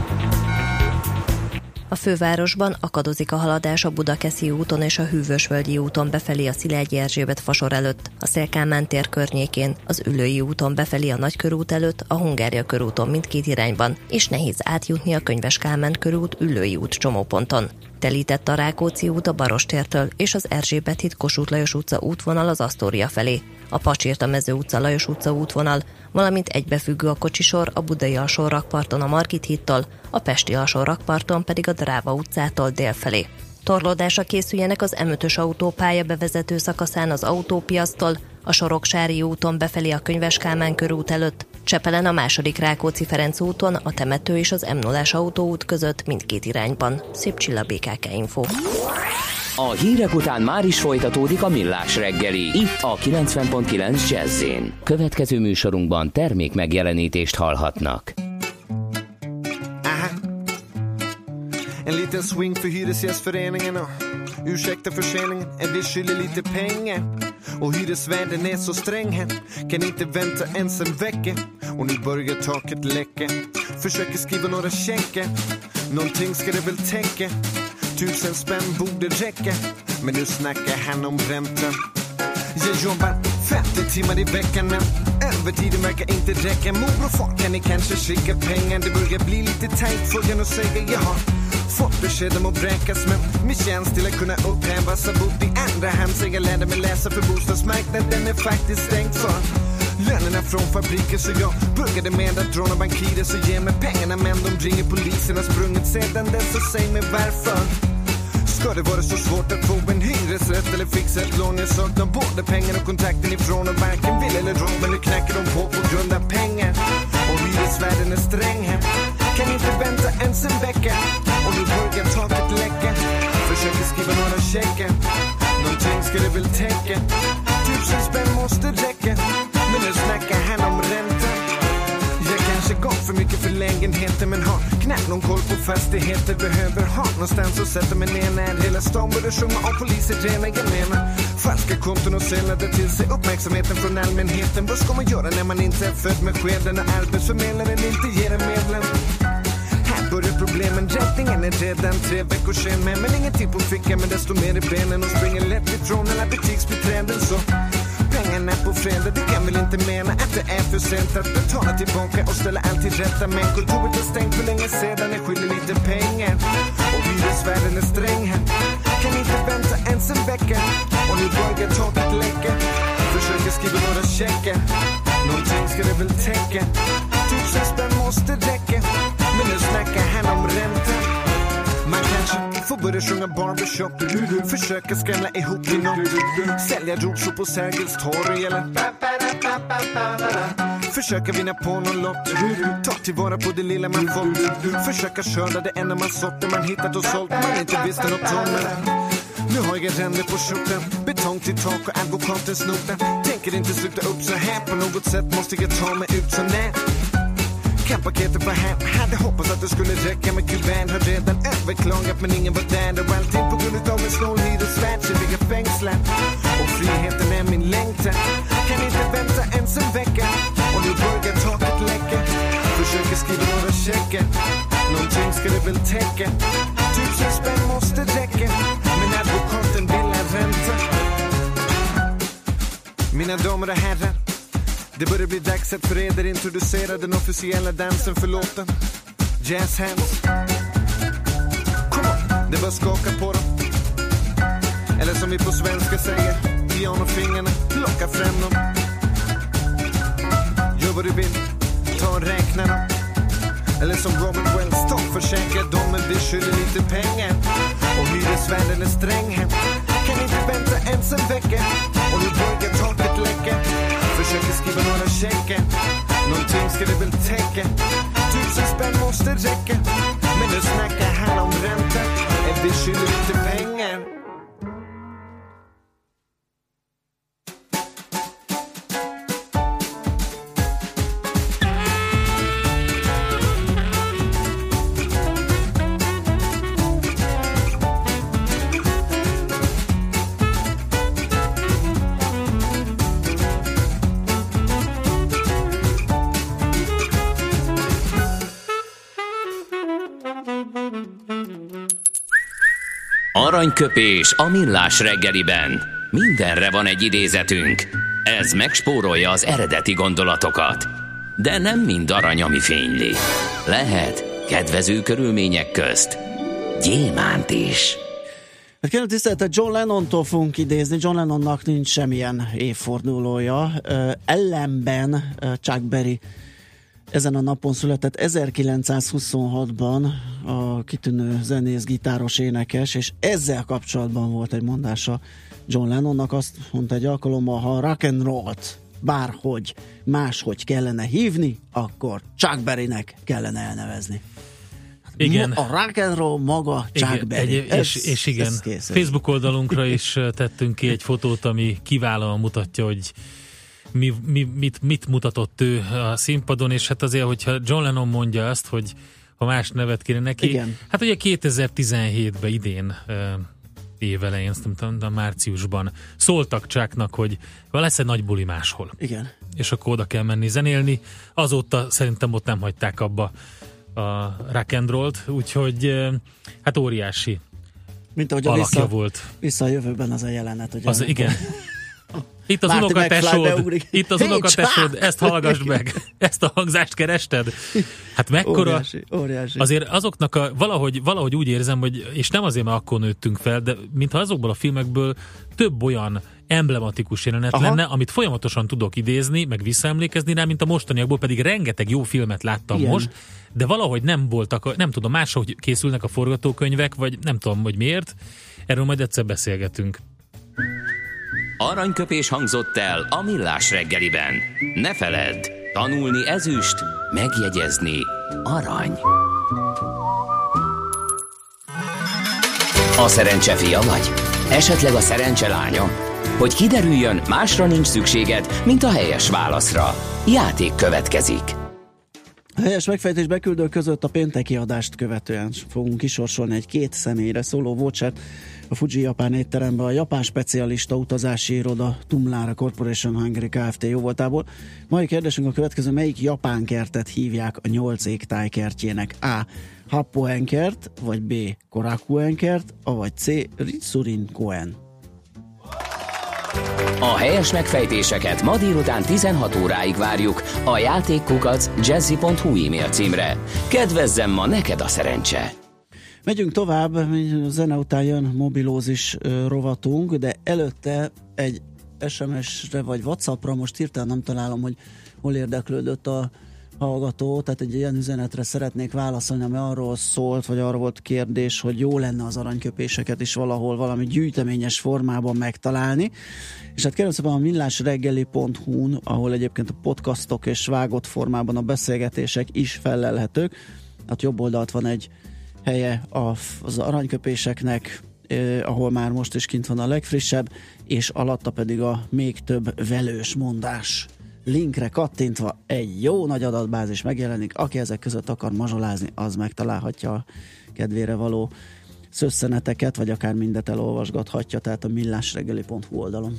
A fővárosban akadozik a haladás a Budakeszi úton és a Hűvösvölgyi úton befelé a Szilágyi Erzsébet fasor előtt, a Széll-Kálmán tér környékén, az Üllői úton befelé a Nagykörút előtt, a Hungária körúton mindkét irányban, és nehéz átjutni a Könyves Kálmán körút Üllői út csomóponton. Telített a Rákóczi út a Barostértől és az Erzsébet híd Kossuth Lajos utca útvonal az Asztória felé, a Pacsirta Mező utca Lajos utca útvonal, valamint egybefüggő a kocsisor a Budai alsó rakparton a Margit hídtól, a Pesti alsó rakparton pedig a Dráva utcától dél felé. Torlódásra készüljenek az em ötös autópálya bevezető szakaszán az Autópiasztól, a Soroksári úton befelé a Könyves Kálmán körút előtt, Csepelen a második Rákóczi-Ferenc úton, a Temető és az em nullás autóút között mindkét irányban. Szép Csilla, bé ká ká Info. A hírek után már is folytatódik a Millás reggeli, itt a kilencven pont kilenc Jazz-in. Következő műsorunkban termék megjelenítést hallhatnak. En liten swing för Hyresgästföreningen och ursäkta förseningen, är vi skyldig lite pengar. Och hyresvärden är så sträng här, kan inte vänta ens en vecka. Och nu börjar taket läcka, försöker skriva några checkar. Någonting ska det väl täcka, tusen spänn borde räcka. Men nu snackar han om räntan. Jag jobbar femtio timmar i veckan, men övertiden verkar inte räcka. Mor och far, kan ni kanske skicka pengar? Det börjar bli lite tajt, får jag nog säga. Jag har fått besked om att bräckas, men min tjänst till att kunna upphävas har bott i andra hand. Så jag lärde mig läsa, för bostadsmarknaden är faktiskt stängt för lönerna från fabriker. Så jag började med att dra några bankirer, så ge mig pengarna, men de ringer polisen. Har sprungit sedan dess, så säg mig varför ska det vara så svårt att få en hyresrätt eller fixa ett lån? Jag saknar både pengar och kontakten ifrån, och varken vill eller råd, men nu knackar de på på grund av pengar. Och hyresvärden är sträng här, kan inte vänta ens en vecka. Och nu börjar taket läcka, försöker skriva några checkar. Någonting ska det väl täcka, tusen spänn måste räcka. Men nu snackar han om ränta. Jag kanske gått för mycket för lägenheter, men har knappt någon koll på fastigheter. Behöver ha någonstans att sätta mig ner när hela stan börjar sjunga av poliser rena. Jag menar falska konton och sällade till sig uppmärksamheten från allmänheten. Vad ska man göra när man inte är född med skeden och arbetsförmedlaren inte ger en medlem? Här börjar problemen, räddningen är redan tre veckor sen med. Men ingenting på fickan, men desto mer i benen. Och springer lätt ifrån alla butiksbiträden, så pengarna på fredag, det kan väl inte mena att det är för sent att betala tillbaka och ställa allt till rätta. Men kontoret är stängt för länge sedan, jag skyller lite pengar. Och hyresvärden är sträng här, kan inte vänta ens en vecka. Och nu börjar taket läcka, försöker skriva några checkar. Någonting ska det väl täcka, tusen spänn måste räcka. Men nu snackar han om ränta. Man kanske får börja sjunga barbershop, försöka skrämla ihop till något, sälja rosor på Sergels torg eller försöka vinna på någon lott, ta tillvara på det lilla man fått, försöka skörda det enda man sått, det man hittat och sålt man inte visste något om. Nu har jag ränder på skjorten, betong till tak och advokaten snoten. Tänker inte sluta upp så här, på något sätt måste jag ta mig ut, så nej. Paketet var hem, hade hoppats att det skulle räcka med kuvern. Har redan överklagat men ingen var där. Och alltid på grund av en snål hyresvärd så ligger fängslat. Och friheten är min längtan, kan inte vänta ens en vecka. Och nu börjar taket läcka, försöker skriva några checkar. Någonting ska det väl täcka, tusen spänn måste räcka. Men advokaten vill ha ränta. Mina damer och herrar, det börjar bli dags att för er introducera den officiella dansen för låten Jazz Hands. Kom on, det bara skaka på dem. Eller som vi på svenska säger, pianofingrarna, plocka fram dem. Gör vad du vill, ta och räkna dem. Eller som Robert Wells, ta och försäkra dem, men vi skyller lite pengar. Och hyresvärden är sträng här, kan inte vänta ens en vecka. Och nu börjar taket läcka, försöker skriva några checkar. Någonting ska det väl täcka, tusen spänn måste räcka. Men nu snackar han om ränta, är vi skyller lite pengar. Aranyköpés a millás reggeliben. Mindenre van egy idézetünk. Ez megspórolja az eredeti gondolatokat. De nem mind arany, ami fényli. Lehet kedvező körülmények közt gyémánt is. Hát kérlek tiszteletet, John Lennontól fogunk idézni. John Lennonnak nincs semmilyen évfordulója. Uh, ellenben uh, Chuck Berry ezen a napon született ezerkilencszázhuszonhatban, a kitűnő zenész, gitáros, énekes, és ezzel kapcsolatban volt egy mondása John Lennonnak. Azt mondta egy alkalommal, ha rock and rollt bárhogy máshogy kellene hívni, akkor Chuck Berrynek kellene elnevezni. Igen. A rock and roll maga Chuck igen, Berry. Egy, és, ez, és igen, Facebook oldalunkra is tettünk ki egy fotót, ami kiválóan mutatja, hogy mi, mi, mit, mit mutatott ő a színpadon, és hát azért, hogyha John Lennon mondja azt, hogy ha más nevet kéne neki, igen. Hát ugye kétezer-tizenhétben idén évelején, azt nem tudom, de márciusban szóltak Chucknak, hogy lesz egy nagy buli máshol. Igen. És akkor oda kell menni zenélni. Azóta szerintem ott nem hagyták abba a rock and rollt, úgyhogy hát óriási mint ahogy alakja vissza, volt. Vissza a jövőben az a jelenet. Ugye, az, igen. Itt az unokatesód, itt az unokatesód, ezt hallgass meg, ezt a hangzást kerested. Hát mekkora, óriási, óriási. Azért azoknak a, valahogy, valahogy úgy érzem, hogy, és nem azért, mert akkor nőttünk fel, de mintha azokból a filmekből több olyan emblematikus jelenet Aha. lenne, amit folyamatosan tudok idézni, meg visszaemlékezni rá, mint a mostaniakból, pedig rengeteg jó filmet láttam Igen. most, de valahogy nem voltak, nem tudom, máshogy készülnek a forgatókönyvek, vagy nem tudom, hogy miért. Erről majd egyszer beszélgetünk. Aranyköpés hangzott el a millás reggeliben. Ne feledd, tanulni ezüst, megjegyezni arany. A szerencse fia vagy? Esetleg a szerencse lánya? Hogy kiderüljön, másra nincs szükséged, mint a helyes válaszra. Játék következik. A helyes megfejtés beküldők között a pénteki adást követően fogunk kisorsolni egy két személyre szóló vouchert a Fuji japán étterembe a japán specialista utazási iroda Tumlara Corporation Hungary Kft. Jóvoltából. Mai kérdésünk a következő: melyik japán kertet hívják a nyolc égtáj kertjének? A. Happuen kert, vagy B. Korakuen kert, vagy C. Ritsurin Koen. A helyes megfejtéseket ma délután tizenhat óráig várjuk a játékkukac jazzy pont hu e-mail címre. Kedvezzem ma neked a szerencse! Megyünk tovább, a zene után jön mobilózis rovatunk, de előtte egy es em es-re vagy WhatsAppra, most hirtelen nem találom, hogy hol érdeklődött a hallgató, tehát egy ilyen üzenetre szeretnék válaszolni, ami arról szólt, vagy arról volt kérdés, hogy jó lenne az aranyköpéseket is valahol valami gyűjteményes formában megtalálni. És hát kérem szépen a millásreggeli pont hu-n, ahol egyébként a podcastok és vágott formában a beszélgetések is fellelhetők. Hát jobb oldalt van egy helye az aranyköpéseknek, eh, ahol már most is kint van a legfrissebb, és alatta pedig a még több velős mondás. Linkre kattintva egy jó nagy adatbázis megjelenik, aki ezek között akar mazsolázni, az megtalálhatja a kedvére való szösszeneteket, vagy akár mindet elolvasgathatja, tehát a millásreggeli pont hu oldalon.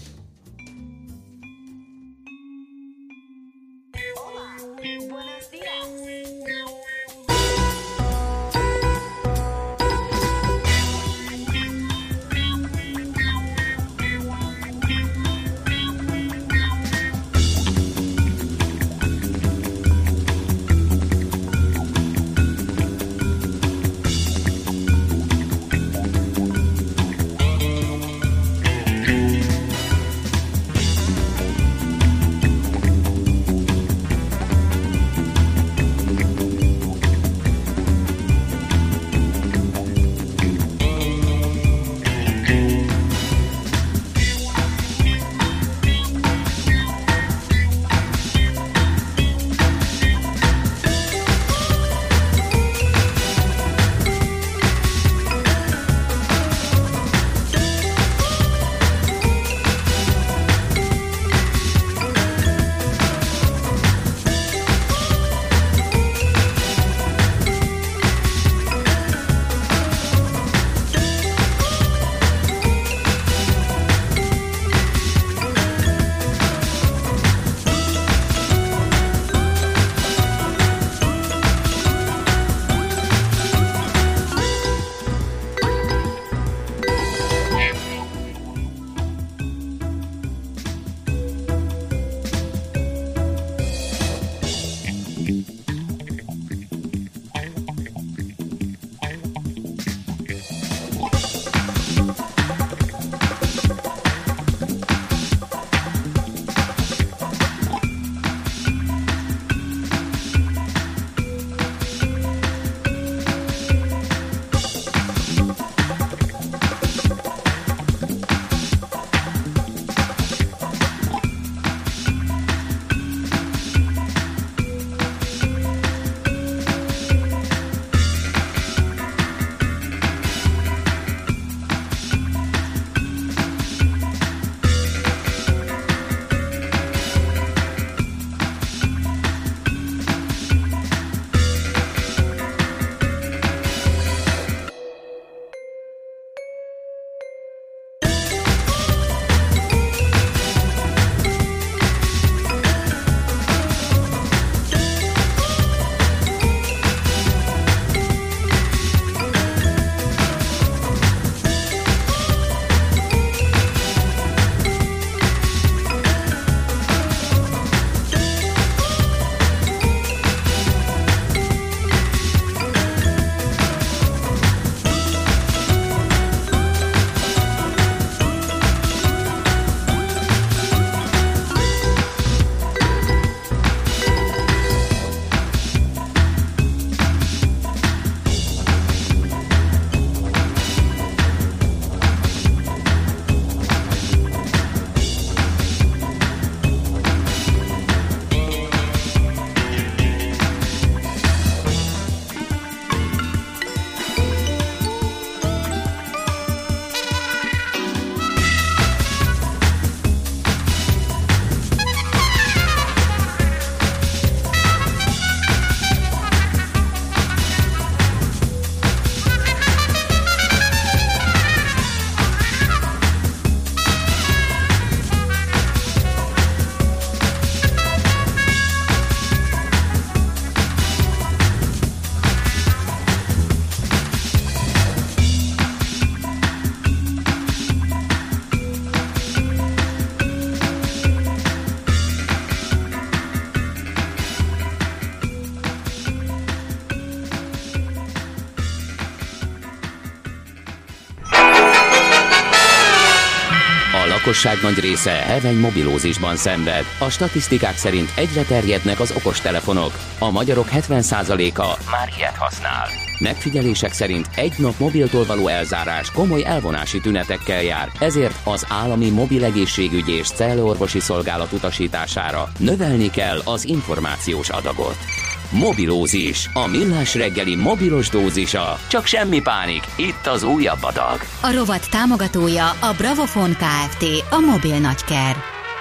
lakosság nagy része heveny mobilózisban szenved. A statisztikák szerint egyre terjednek az okostelefonok. A magyarok hetven százaléka már ilyet használ. Megfigyelések szerint egy nap mobiltól való elzárás komoly elvonási tünetekkel jár, ezért az állami mobilegészségügyi és cellorvosi szolgálat utasítására növelni kell az információs adagot. Mobilózis, a millás reggeli mobilos dózisa. Csak semmi pánik, itt az újabb adag. A rovat támogatója a Bravofon Kft. A mobil nagyker.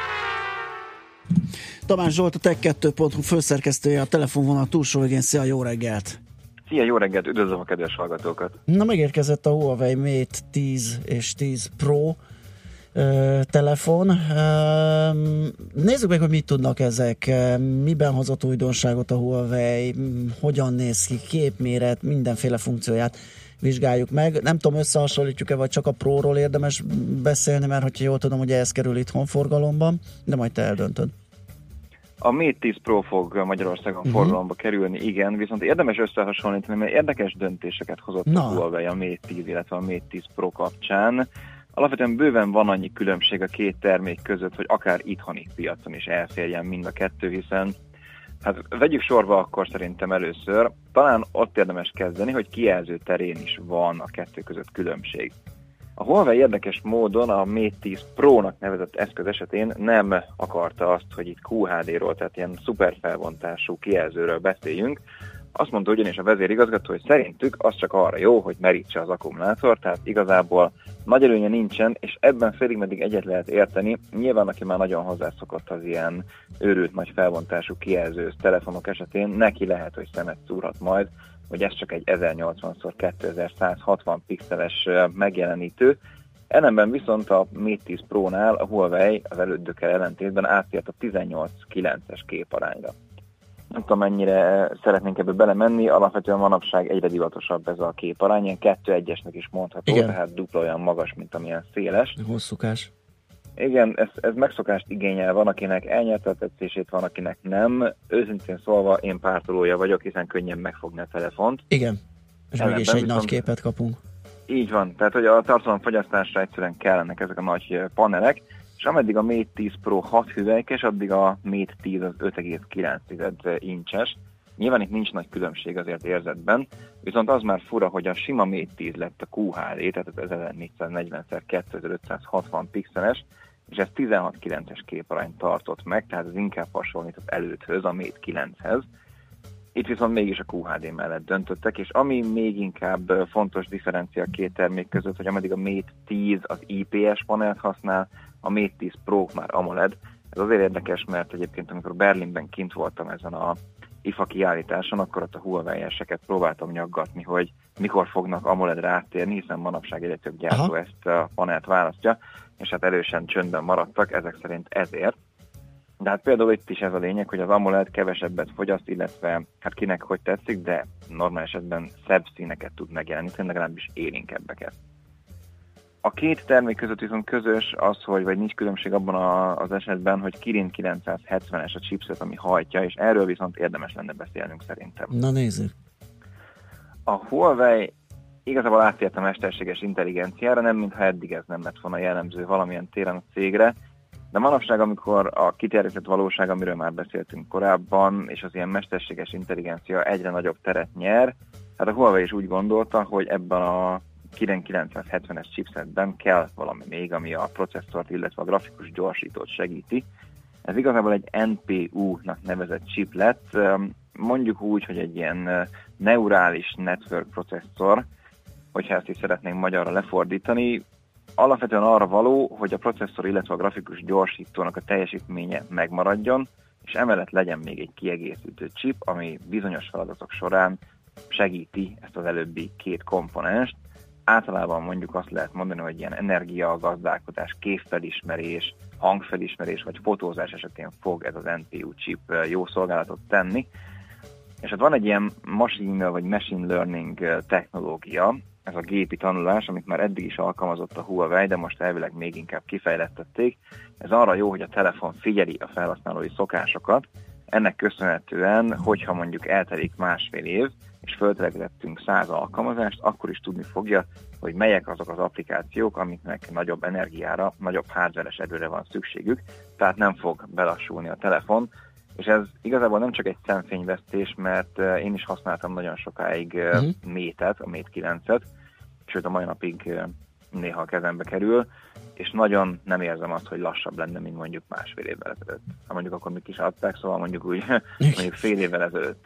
Tamás Zsolt, a tech kettő pont hu főszerkesztője, a telefonvonal túlsó végén. Szia, jó reggelt! Szia, jó reggelt, üdvözlöm a kedves hallgatókat! Na, megérkezett a Huawei Mate tíz és tíz Pro ö, telefon. Ö, nézzük meg, hogy mit tudnak ezek, miben hozott újdonságot a Huawei, hogyan néz ki, képméret, mindenféle funkcióját vizsgáljuk meg. Nem tudom, összehasonlítjuk-e, vagy csak a Pro-ról érdemes beszélni, mert hogyha jól tudom, hogy ez kerül itthon forgalomban, de majd te eldöntöd. A Mate tíz Pro fog Magyarországon uh-huh. forgalomba kerülni, igen, viszont érdemes összehasonlítani, mert érdekes döntéseket hozott Na. a Huawei a Mate tíz, illetve a Mate tíz Pro kapcsán. Alapvetően bőven van annyi különbség a két termék között, hogy akár itthoni piacon is elférjen mind a kettő, hiszen hát vegyük sorba akkor szerintem először, talán ott érdemes kezdeni, hogy kijelző terén is van a kettő között különbség. A Huawei érdekes módon a Mate tíz Pro-nak nevezett eszköz esetén nem akarta azt, hogy itt Q H D-ról, tehát ilyen szuperfelbontású kijelzőről beszéljünk. Azt mondta ugyanis a vezérigazgató, hogy szerintük az csak arra jó, hogy merítse az akkumulátor, tehát igazából nagy előnye nincsen, és ebben félig meddig egyet lehet érteni. Nyilván, aki már nagyon hozzászokott az ilyen őrült nagy felbontású kijelzős telefonok esetén, neki lehet, hogy szemet szúrhat majd, hogy ez csak egy ezernyolcvan szor kétezer-százhatvan pixeles megjelenítő. Ellenben viszont a Mate tíz Pro-nál a Huawei az elődökkel ellentétben átjött a tizennyolc kilences képarányra. Nem tudom, mennyire szeretnénk ebbe belemenni, alapvetően manapság egyre divatosabb ez a képarány, ilyen kettő egyesnek is mondható, igen. Tehát dupla olyan magas, mint amilyen széles. Hosszúkás. Igen, ez, ez megszokást igényel, van akinek elnyerte a tetszését, van akinek nem. Őszintén szólva én pártolója vagyok, hiszen könnyen megfogni a telefont. Igen, és mégis egy viszont... nagy képet kapunk. Így van, tehát hogy a tartalomfogyasztásra egyszerűen kellenek ezek a nagy panelek, és ameddig a Mate tíz Pro hat hüvelykes, addig a Mate tíz az öt egész kilenc incses. Nyilván itt nincs nagy különbség azért érzetben, viszont az már fura, hogy a sima Mate tíz lett a Q H D, tehát az ezernégyszáznegyven szer kétezer-ötszázhatvan pixeles, és ez tizenhat kilences képarányt tartott meg, tehát ez inkább hasonlít az előthöz, a Mate kilenchez. Itt viszont mégis a Q H D mellett döntöttek, és ami még inkább fontos differencia a két termék között, hogy ameddig a Mate tíz az I P S panelt használ, a Mate tíz Pro már AMOLED. Ez azért érdekes, mert egyébként amikor Berlinben kint voltam ezen a I F A kiállításon, akkor ott a Huawei-eseket próbáltam nyaggatni, hogy mikor fognak AMOLED-re áttérni, hiszen manapság egyre több gyártó Aha. ezt a panelt választja, és hát erősen csöndben maradtak, ezek szerint ezért. De hát például itt is ez a lényeg, hogy az AMOLED kevesebbet fogyaszt, illetve hát kinek hogy tetszik, de normál esetben szebb színeket tud megjeleníteni, legalábbis élénkebbeket. A két termék között viszont közös az, hogy vagy nincs különbség abban a, az esetben, hogy Kirin kilencszázhetvenes a chipset, ami hajtja, és erről viszont érdemes lenne beszélnünk szerintem. Na nézzük. A Huawei igazából áttért a mesterséges intelligenciára, nem mintha eddig ez nem lett volna jellemző valamilyen téren a cégre, de manapság, amikor a kiterjesztett valóság, amiről már beszéltünk korábban, és az ilyen mesterséges intelligencia egyre nagyobb teret nyer, hát a Huawei is úgy gondolta, hogy ebben a Kirin kilencszázhetvenes chipsetben kell valami még, ami a processzort, illetve a grafikus gyorsítót segíti. Ez igazából egy N P U-nak nevezett chip lett, mondjuk úgy, hogy egy ilyen neurális network processzor, hogyha ezt is szeretnénk magyarra lefordítani. Alapvetően arra való, hogy a processzor, illetve a grafikus gyorsítónak a teljesítménye megmaradjon, és emellett legyen még egy kiegészítő chip, ami bizonyos feladatok során segíti ezt az előbbi két komponenst. Általában mondjuk azt lehet mondani, hogy ilyen energiagazdálkodás, képfelismerés, hangfelismerés vagy fotózás esetén fog ez az N P U chip jó szolgálatot tenni. És hát van egy ilyen machine vagy machine learning technológia, ez a gépi tanulás, amit már eddig is alkalmazott a Huawei, de most elvileg még inkább kifejlesztették. Ez arra jó, hogy a telefon figyeli a felhasználói szokásokat. Ennek köszönhetően, hogyha mondjuk eltelik másfél év, és és föltelegedettünk száz alkalmazást, akkor is tudni fogja, hogy melyek azok az applikációk, amiknek nagyobb energiára, nagyobb hardveres erőre van szükségük, tehát nem fog belassulni a telefon, és ez igazából nem csak egy szemfényvesztés, mert én is használtam nagyon sokáig uh-huh. Mate-et, a Mate kilencet, sőt a mai napig néha a kezembe kerül, és nagyon nem érzem azt, hogy lassabb lenne, mint mondjuk másfél évvel ezelőtt. Ha mondjuk akkor még kis adták, szóval mondjuk úgy mondjuk fél évvel ezelőtt.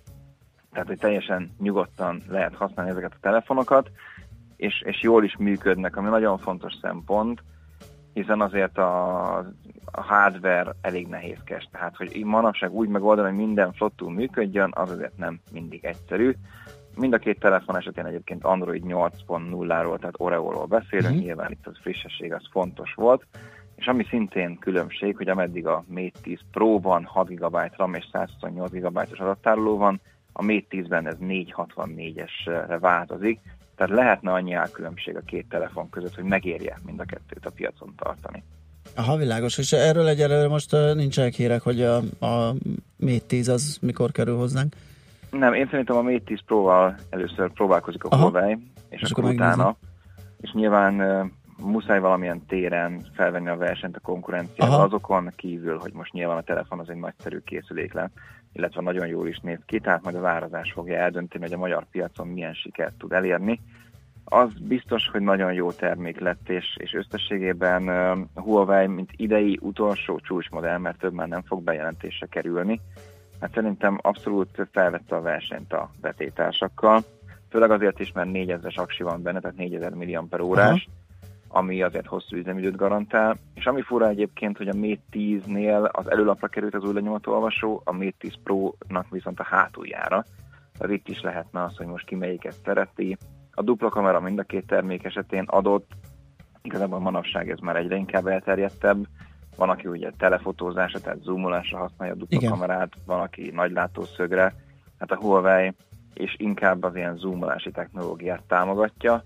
Tehát, hogy teljesen nyugodtan lehet használni ezeket a telefonokat, és, és jól is működnek, ami nagyon fontos szempont, hiszen azért a, a hardware elég nehézkes. Tehát, hogy manapság úgy megoldani, hogy minden flottul működjön, az azért nem mindig egyszerű. Mind a két telefon esetén egyébként Android nyolc pont null-ról, tehát Oreo-ról beszélünk, mm-hmm. nyilván itt az frissesség az fontos volt, és ami szintén különbség, hogy ameddig a Mate tíz Pro-ban hat gigabyte RAM és százhuszonnyolc gigabyte-os adattároló van, a Mate tízben ez négyszázhatvannégyesre változik, tehát lehetne annyi árkülönbség a két telefon között, hogy megérje mind a kettőt a piacon tartani. Aha, világos, és erről egyelőre most uh, nincsenek hírek, hogy a, a Mate tíz az mikor kerül hozzánk? Nem, én szerintem a Mate tíz Pro-val először próbálkozik a Aha. Huawei, és, és akkor utána, és nyilván uh, muszáj valamilyen téren felvenni a versenyt a konkurenciával, azokon kívül, hogy most nyilván a telefon az egy nagyszerű készülék lett, illetve nagyon jól is néz ki, tehát majd a várazás fogja eldönteni, hogy a magyar piacon milyen sikert tud elérni. Az biztos, hogy nagyon jó termék lett, és, és összességében a Huawei, mint idei utolsó csúcsmodell, mert több már nem fog bejelentésre kerülni. Hát szerintem abszolút felvette a versenyt a vetétársakkal, főleg azért is, mert négyezres aksi van benne, tehát négyezer milliampere órás, ami azért hosszú üzemidőt garantál, és ami fura egyébként, hogy a Mate tíznél az előlapra került az új lenyomatolvasó, a Mate tíz Pro-nak viszont a hátuljára. Tehát itt is lehetne az, hogy most ki melyiket szereti. A dupla kamera mind a két termék esetén adott, igazából manapság ez már egyre inkább elterjedtebb. Van, aki ugye telefotózásra, tehát zoomolásra használja a dupla Igen. kamerát, van, aki nagy látószögre. Hát a Huawei és inkább az ilyen zoomolási technológiát támogatja.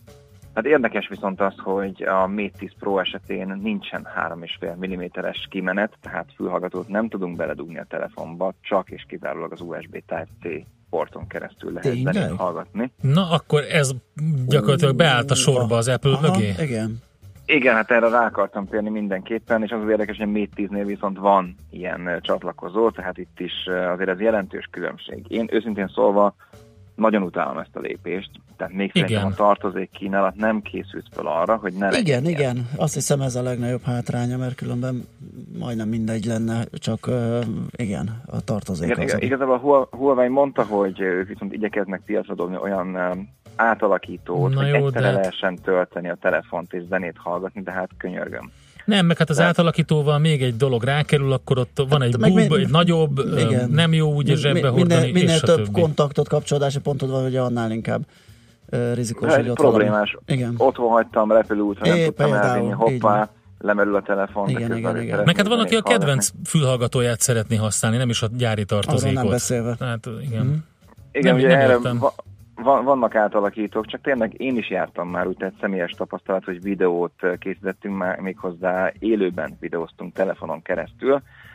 Hát érdekes viszont az, hogy a Mate tíz Pro esetén nincsen három egész öt milliméteres kimenet, tehát fülhallgatót nem tudunk beledugni a telefonba, csak és kizárólag az u es bé Type-C porton keresztül lehet zenét hallgatni. Na, akkor ez gyakorlatilag beállt a sorba az Apple Aha, mögé? Igen. Igen, hát erre rá akartam térni mindenképpen, és az az érdekes, hogy a Mate tíznél viszont van ilyen csatlakozó, tehát itt is azért ez jelentős különbség. Én őszintén szólva nagyon utálom ezt a lépést, tehát még igen. szerintem a tartozék kínálat nem készült fel arra, hogy ne legyen Igen, ilyen. igen, azt hiszem ez a legnagyobb hátránya, mert különben majdnem mindegy lenne, csak uh, igen, a tartozék igen, az. Igen, igazából a Huawei mondta, hogy ők viszont igyekeznek piacra dobni olyan um, átalakítót, Na hogy jó, egyszerre de... lehessen tölteni a telefont és zenét hallgatni, de hát könyörgöm. Nem, meg hát az de... átalakítóval még egy dolog rákerül, akkor ott van egy bub, mi, egy nagyobb, igen. nem jó úgy zsebbe hordani, minden, minél és több többi. kontaktot, kapcsolódási pontod van, hogy annál inkább uh, rizikós, ez hogy ott problémás. Igen. Otthon hagytam repülőútra, nem tudtam elvinni, hoppá, lemerül a telefon. Igen, igen, igen. Meg hát van, aki a kedvenc fülhallgatóját szeretné használni, nem is a gyári tartozékot. Arról nem beszélve. Hát, igen. Mm. Igen, nem, ugye nem erre va- van, vannak átalakítók, csak tényleg én is jártam már úgy, tehát személyes tapasztalat, hogy videót készítettünk már, méghozzá élőben videóztunk telefonon keresztül.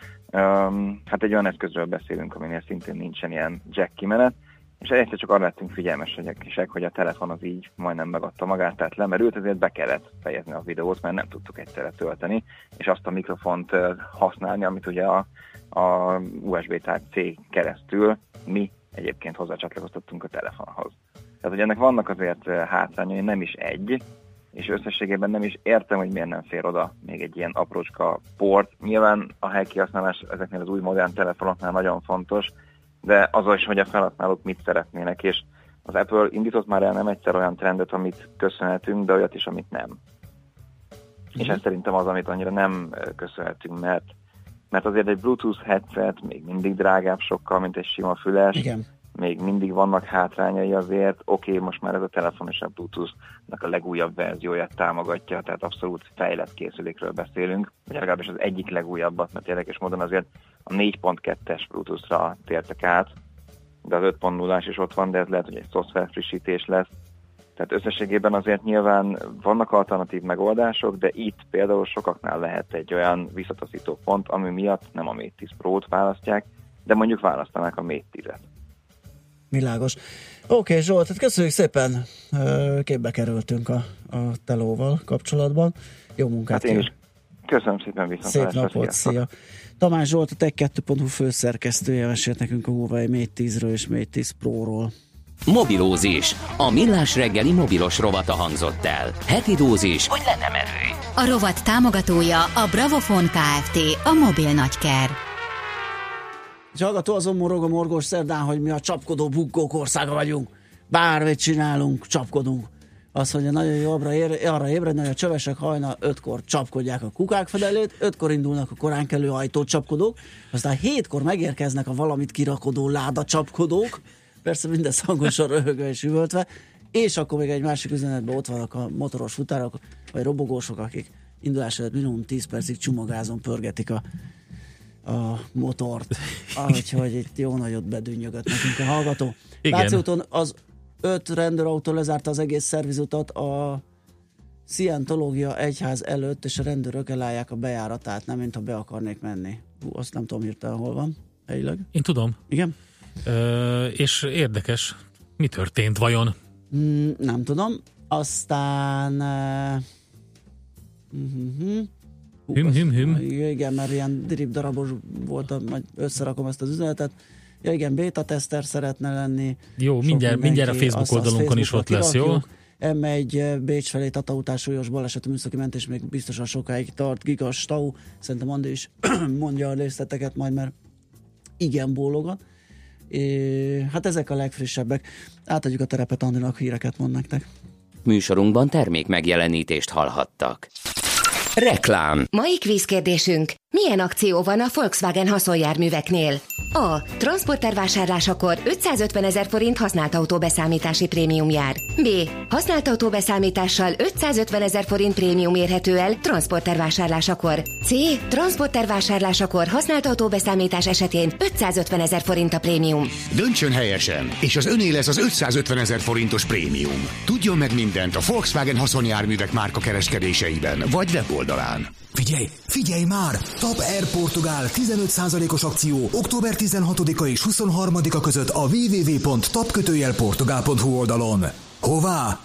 Um, hát egy olyan eszközről beszélünk, aminél szintén nincsen ilyen jack kimenet, és egyszer csak arra lettünk figyelmesek, hogy a telefon az így majdnem megadta magát, tehát lemerült, ezért be kellett fejezni a videót, mert nem tudtuk egyszerre tölteni, és azt a mikrofont használni, amit ugye a, a u es bé Type-C keresztül mi egyébként hozzácsatlakoztattunk a telefonhoz. Tehát, hogy ennek vannak azért hátrányai, nem is egy, és összességében nem is értem, hogy miért nem fér oda még egy ilyen aprócska port. Nyilván a helykihasználás ezeknél az új modern telefonoknál nagyon fontos, de az is, hogy a felhasználók mit szeretnének, és az Apple indított már el nem egyszer olyan trendet, amit köszönhetünk, de olyat is, amit nem. Mm-hmm. És ez szerintem az, amit annyira nem köszönhetünk, mert, mert azért egy Bluetooth headset még mindig drágább sokkal, mint egy sima füles. Igen. Még mindig vannak hátrányai azért. Oké, okay, most már ez a telefon és a Bluetooth-nak a legújabb verzióját támogatja, tehát abszolút fejlett készülékről beszélünk, vagy legalábbis az egyik legújabbat, mert érdekes módon azért a négy pont kettes Bluetooth-ra tértek át, de az öt pont nullás is ott van, de ez lehet, hogy egy szoftver frissítés lesz. Tehát összességében azért nyilván vannak alternatív megoldások, de itt például sokaknál lehet egy olyan visszataszító pont, ami miatt nem a Mate tíz Pro-t választják, de mondjuk választanák a Mate tízet. Világos. Oké, okay, Zsolt, hát köszönjük szépen, képbe kerültünk a, a telóval kapcsolatban. Jó munkát hát én is. Köszönöm szépen, viszont. Szép napot, szia. Tamás Zsolt, a tech kettő pont hu főszerkesztője mesélt nekünk a Huawei Mate tízről és Mate tíz Pro-ról. Mobilózis. A millás reggeli mobilos rovata hangzott el. Heti dózis, hogy lenne merő. A rovat támogatója a Bravofon Kft. A mobil nagyker. És hallgató azon morog a morgós szerdán, hogy mi a csapkodó bukkók országa vagyunk. Bármit csinálunk, csapkodunk. Az, hogy nagyon jobbra ér, arra ébredni, hogy a csövesek hajnal ötkor csapkodják a kukák fedelét, ötkor indulnak a koránkelő ajtót csapkodók, aztán hétkor megérkeznek a valamit kirakodó láda csapkodók, persze mindez hangosan röhögve és üvöltve, és akkor még egy másik üzenetben ott vannak a motoros futárok, vagy robogósok, akik indulás előtt minimum tíz percig csomagázon pörgetik a, a motort. Úgyhogy itt jó nagyot bedünnyögött nekünk a hallgató. Váci úton az öt rendőrautó lezárta az egész szervizutat a szientológia egyház előtt, és a rendőrök elállják a bejáratát, nem mint ha be akarnék menni. Hú, azt nem tudom hirtelen hol van, helyileg. Én tudom. Igen? Ö, és érdekes, mi történt vajon? Mm, nem tudom. Aztán... Uh, uh-huh. Hú, hüm, hüm, hüm. Igen, mert ilyen dirib darabos volt, majd összerakom ezt az üzenetet. Ja igen, beta teszter szeretne lenni. Jó, mindjárt, mindjárt a Facebook azt, oldalunkon is ott lesz, jó? em egy Bécs felé Tata után súlyos baleset, a műszaki mentés még biztosan sokáig tart. Gigas stau, szerintem Andi is mondja a részleteket majd, mert igen bólogat. É, hát ezek a legfrissebbek. Átadjuk a terepet Andinak, híreket mond nektek. Műsorunkban termék megjelenítést hallhattak. Reklám. Mai kvízkérdésünk: milyen akció van a Volkswagen haszonjárműveknél? A. Transporter vásárlásakor ötszázötven ezer forint használt autóbeszámítási prémium jár. B. Használt autóbeszámítással ötszázötven ezer forint prémium érhető el Transporter vásárlásakor. C. Transporter vásárlásakor használt autóbeszámítás esetén ötszázötven ezer forint a prémium. Döntsön helyesen, és az öné lesz az ötszázötven ezer forintos prémium. Tudjon meg mindent a Volkswagen haszonjárművek márka kereskedéseiben, vagy weboldalán. Figyelj, figyelj már! Top Air Portugál tizenöt százalékos akció október tizenhatodika és huszonharmadika között a double-u double-u double-u pont top portugál pont hu oldalon. Hová?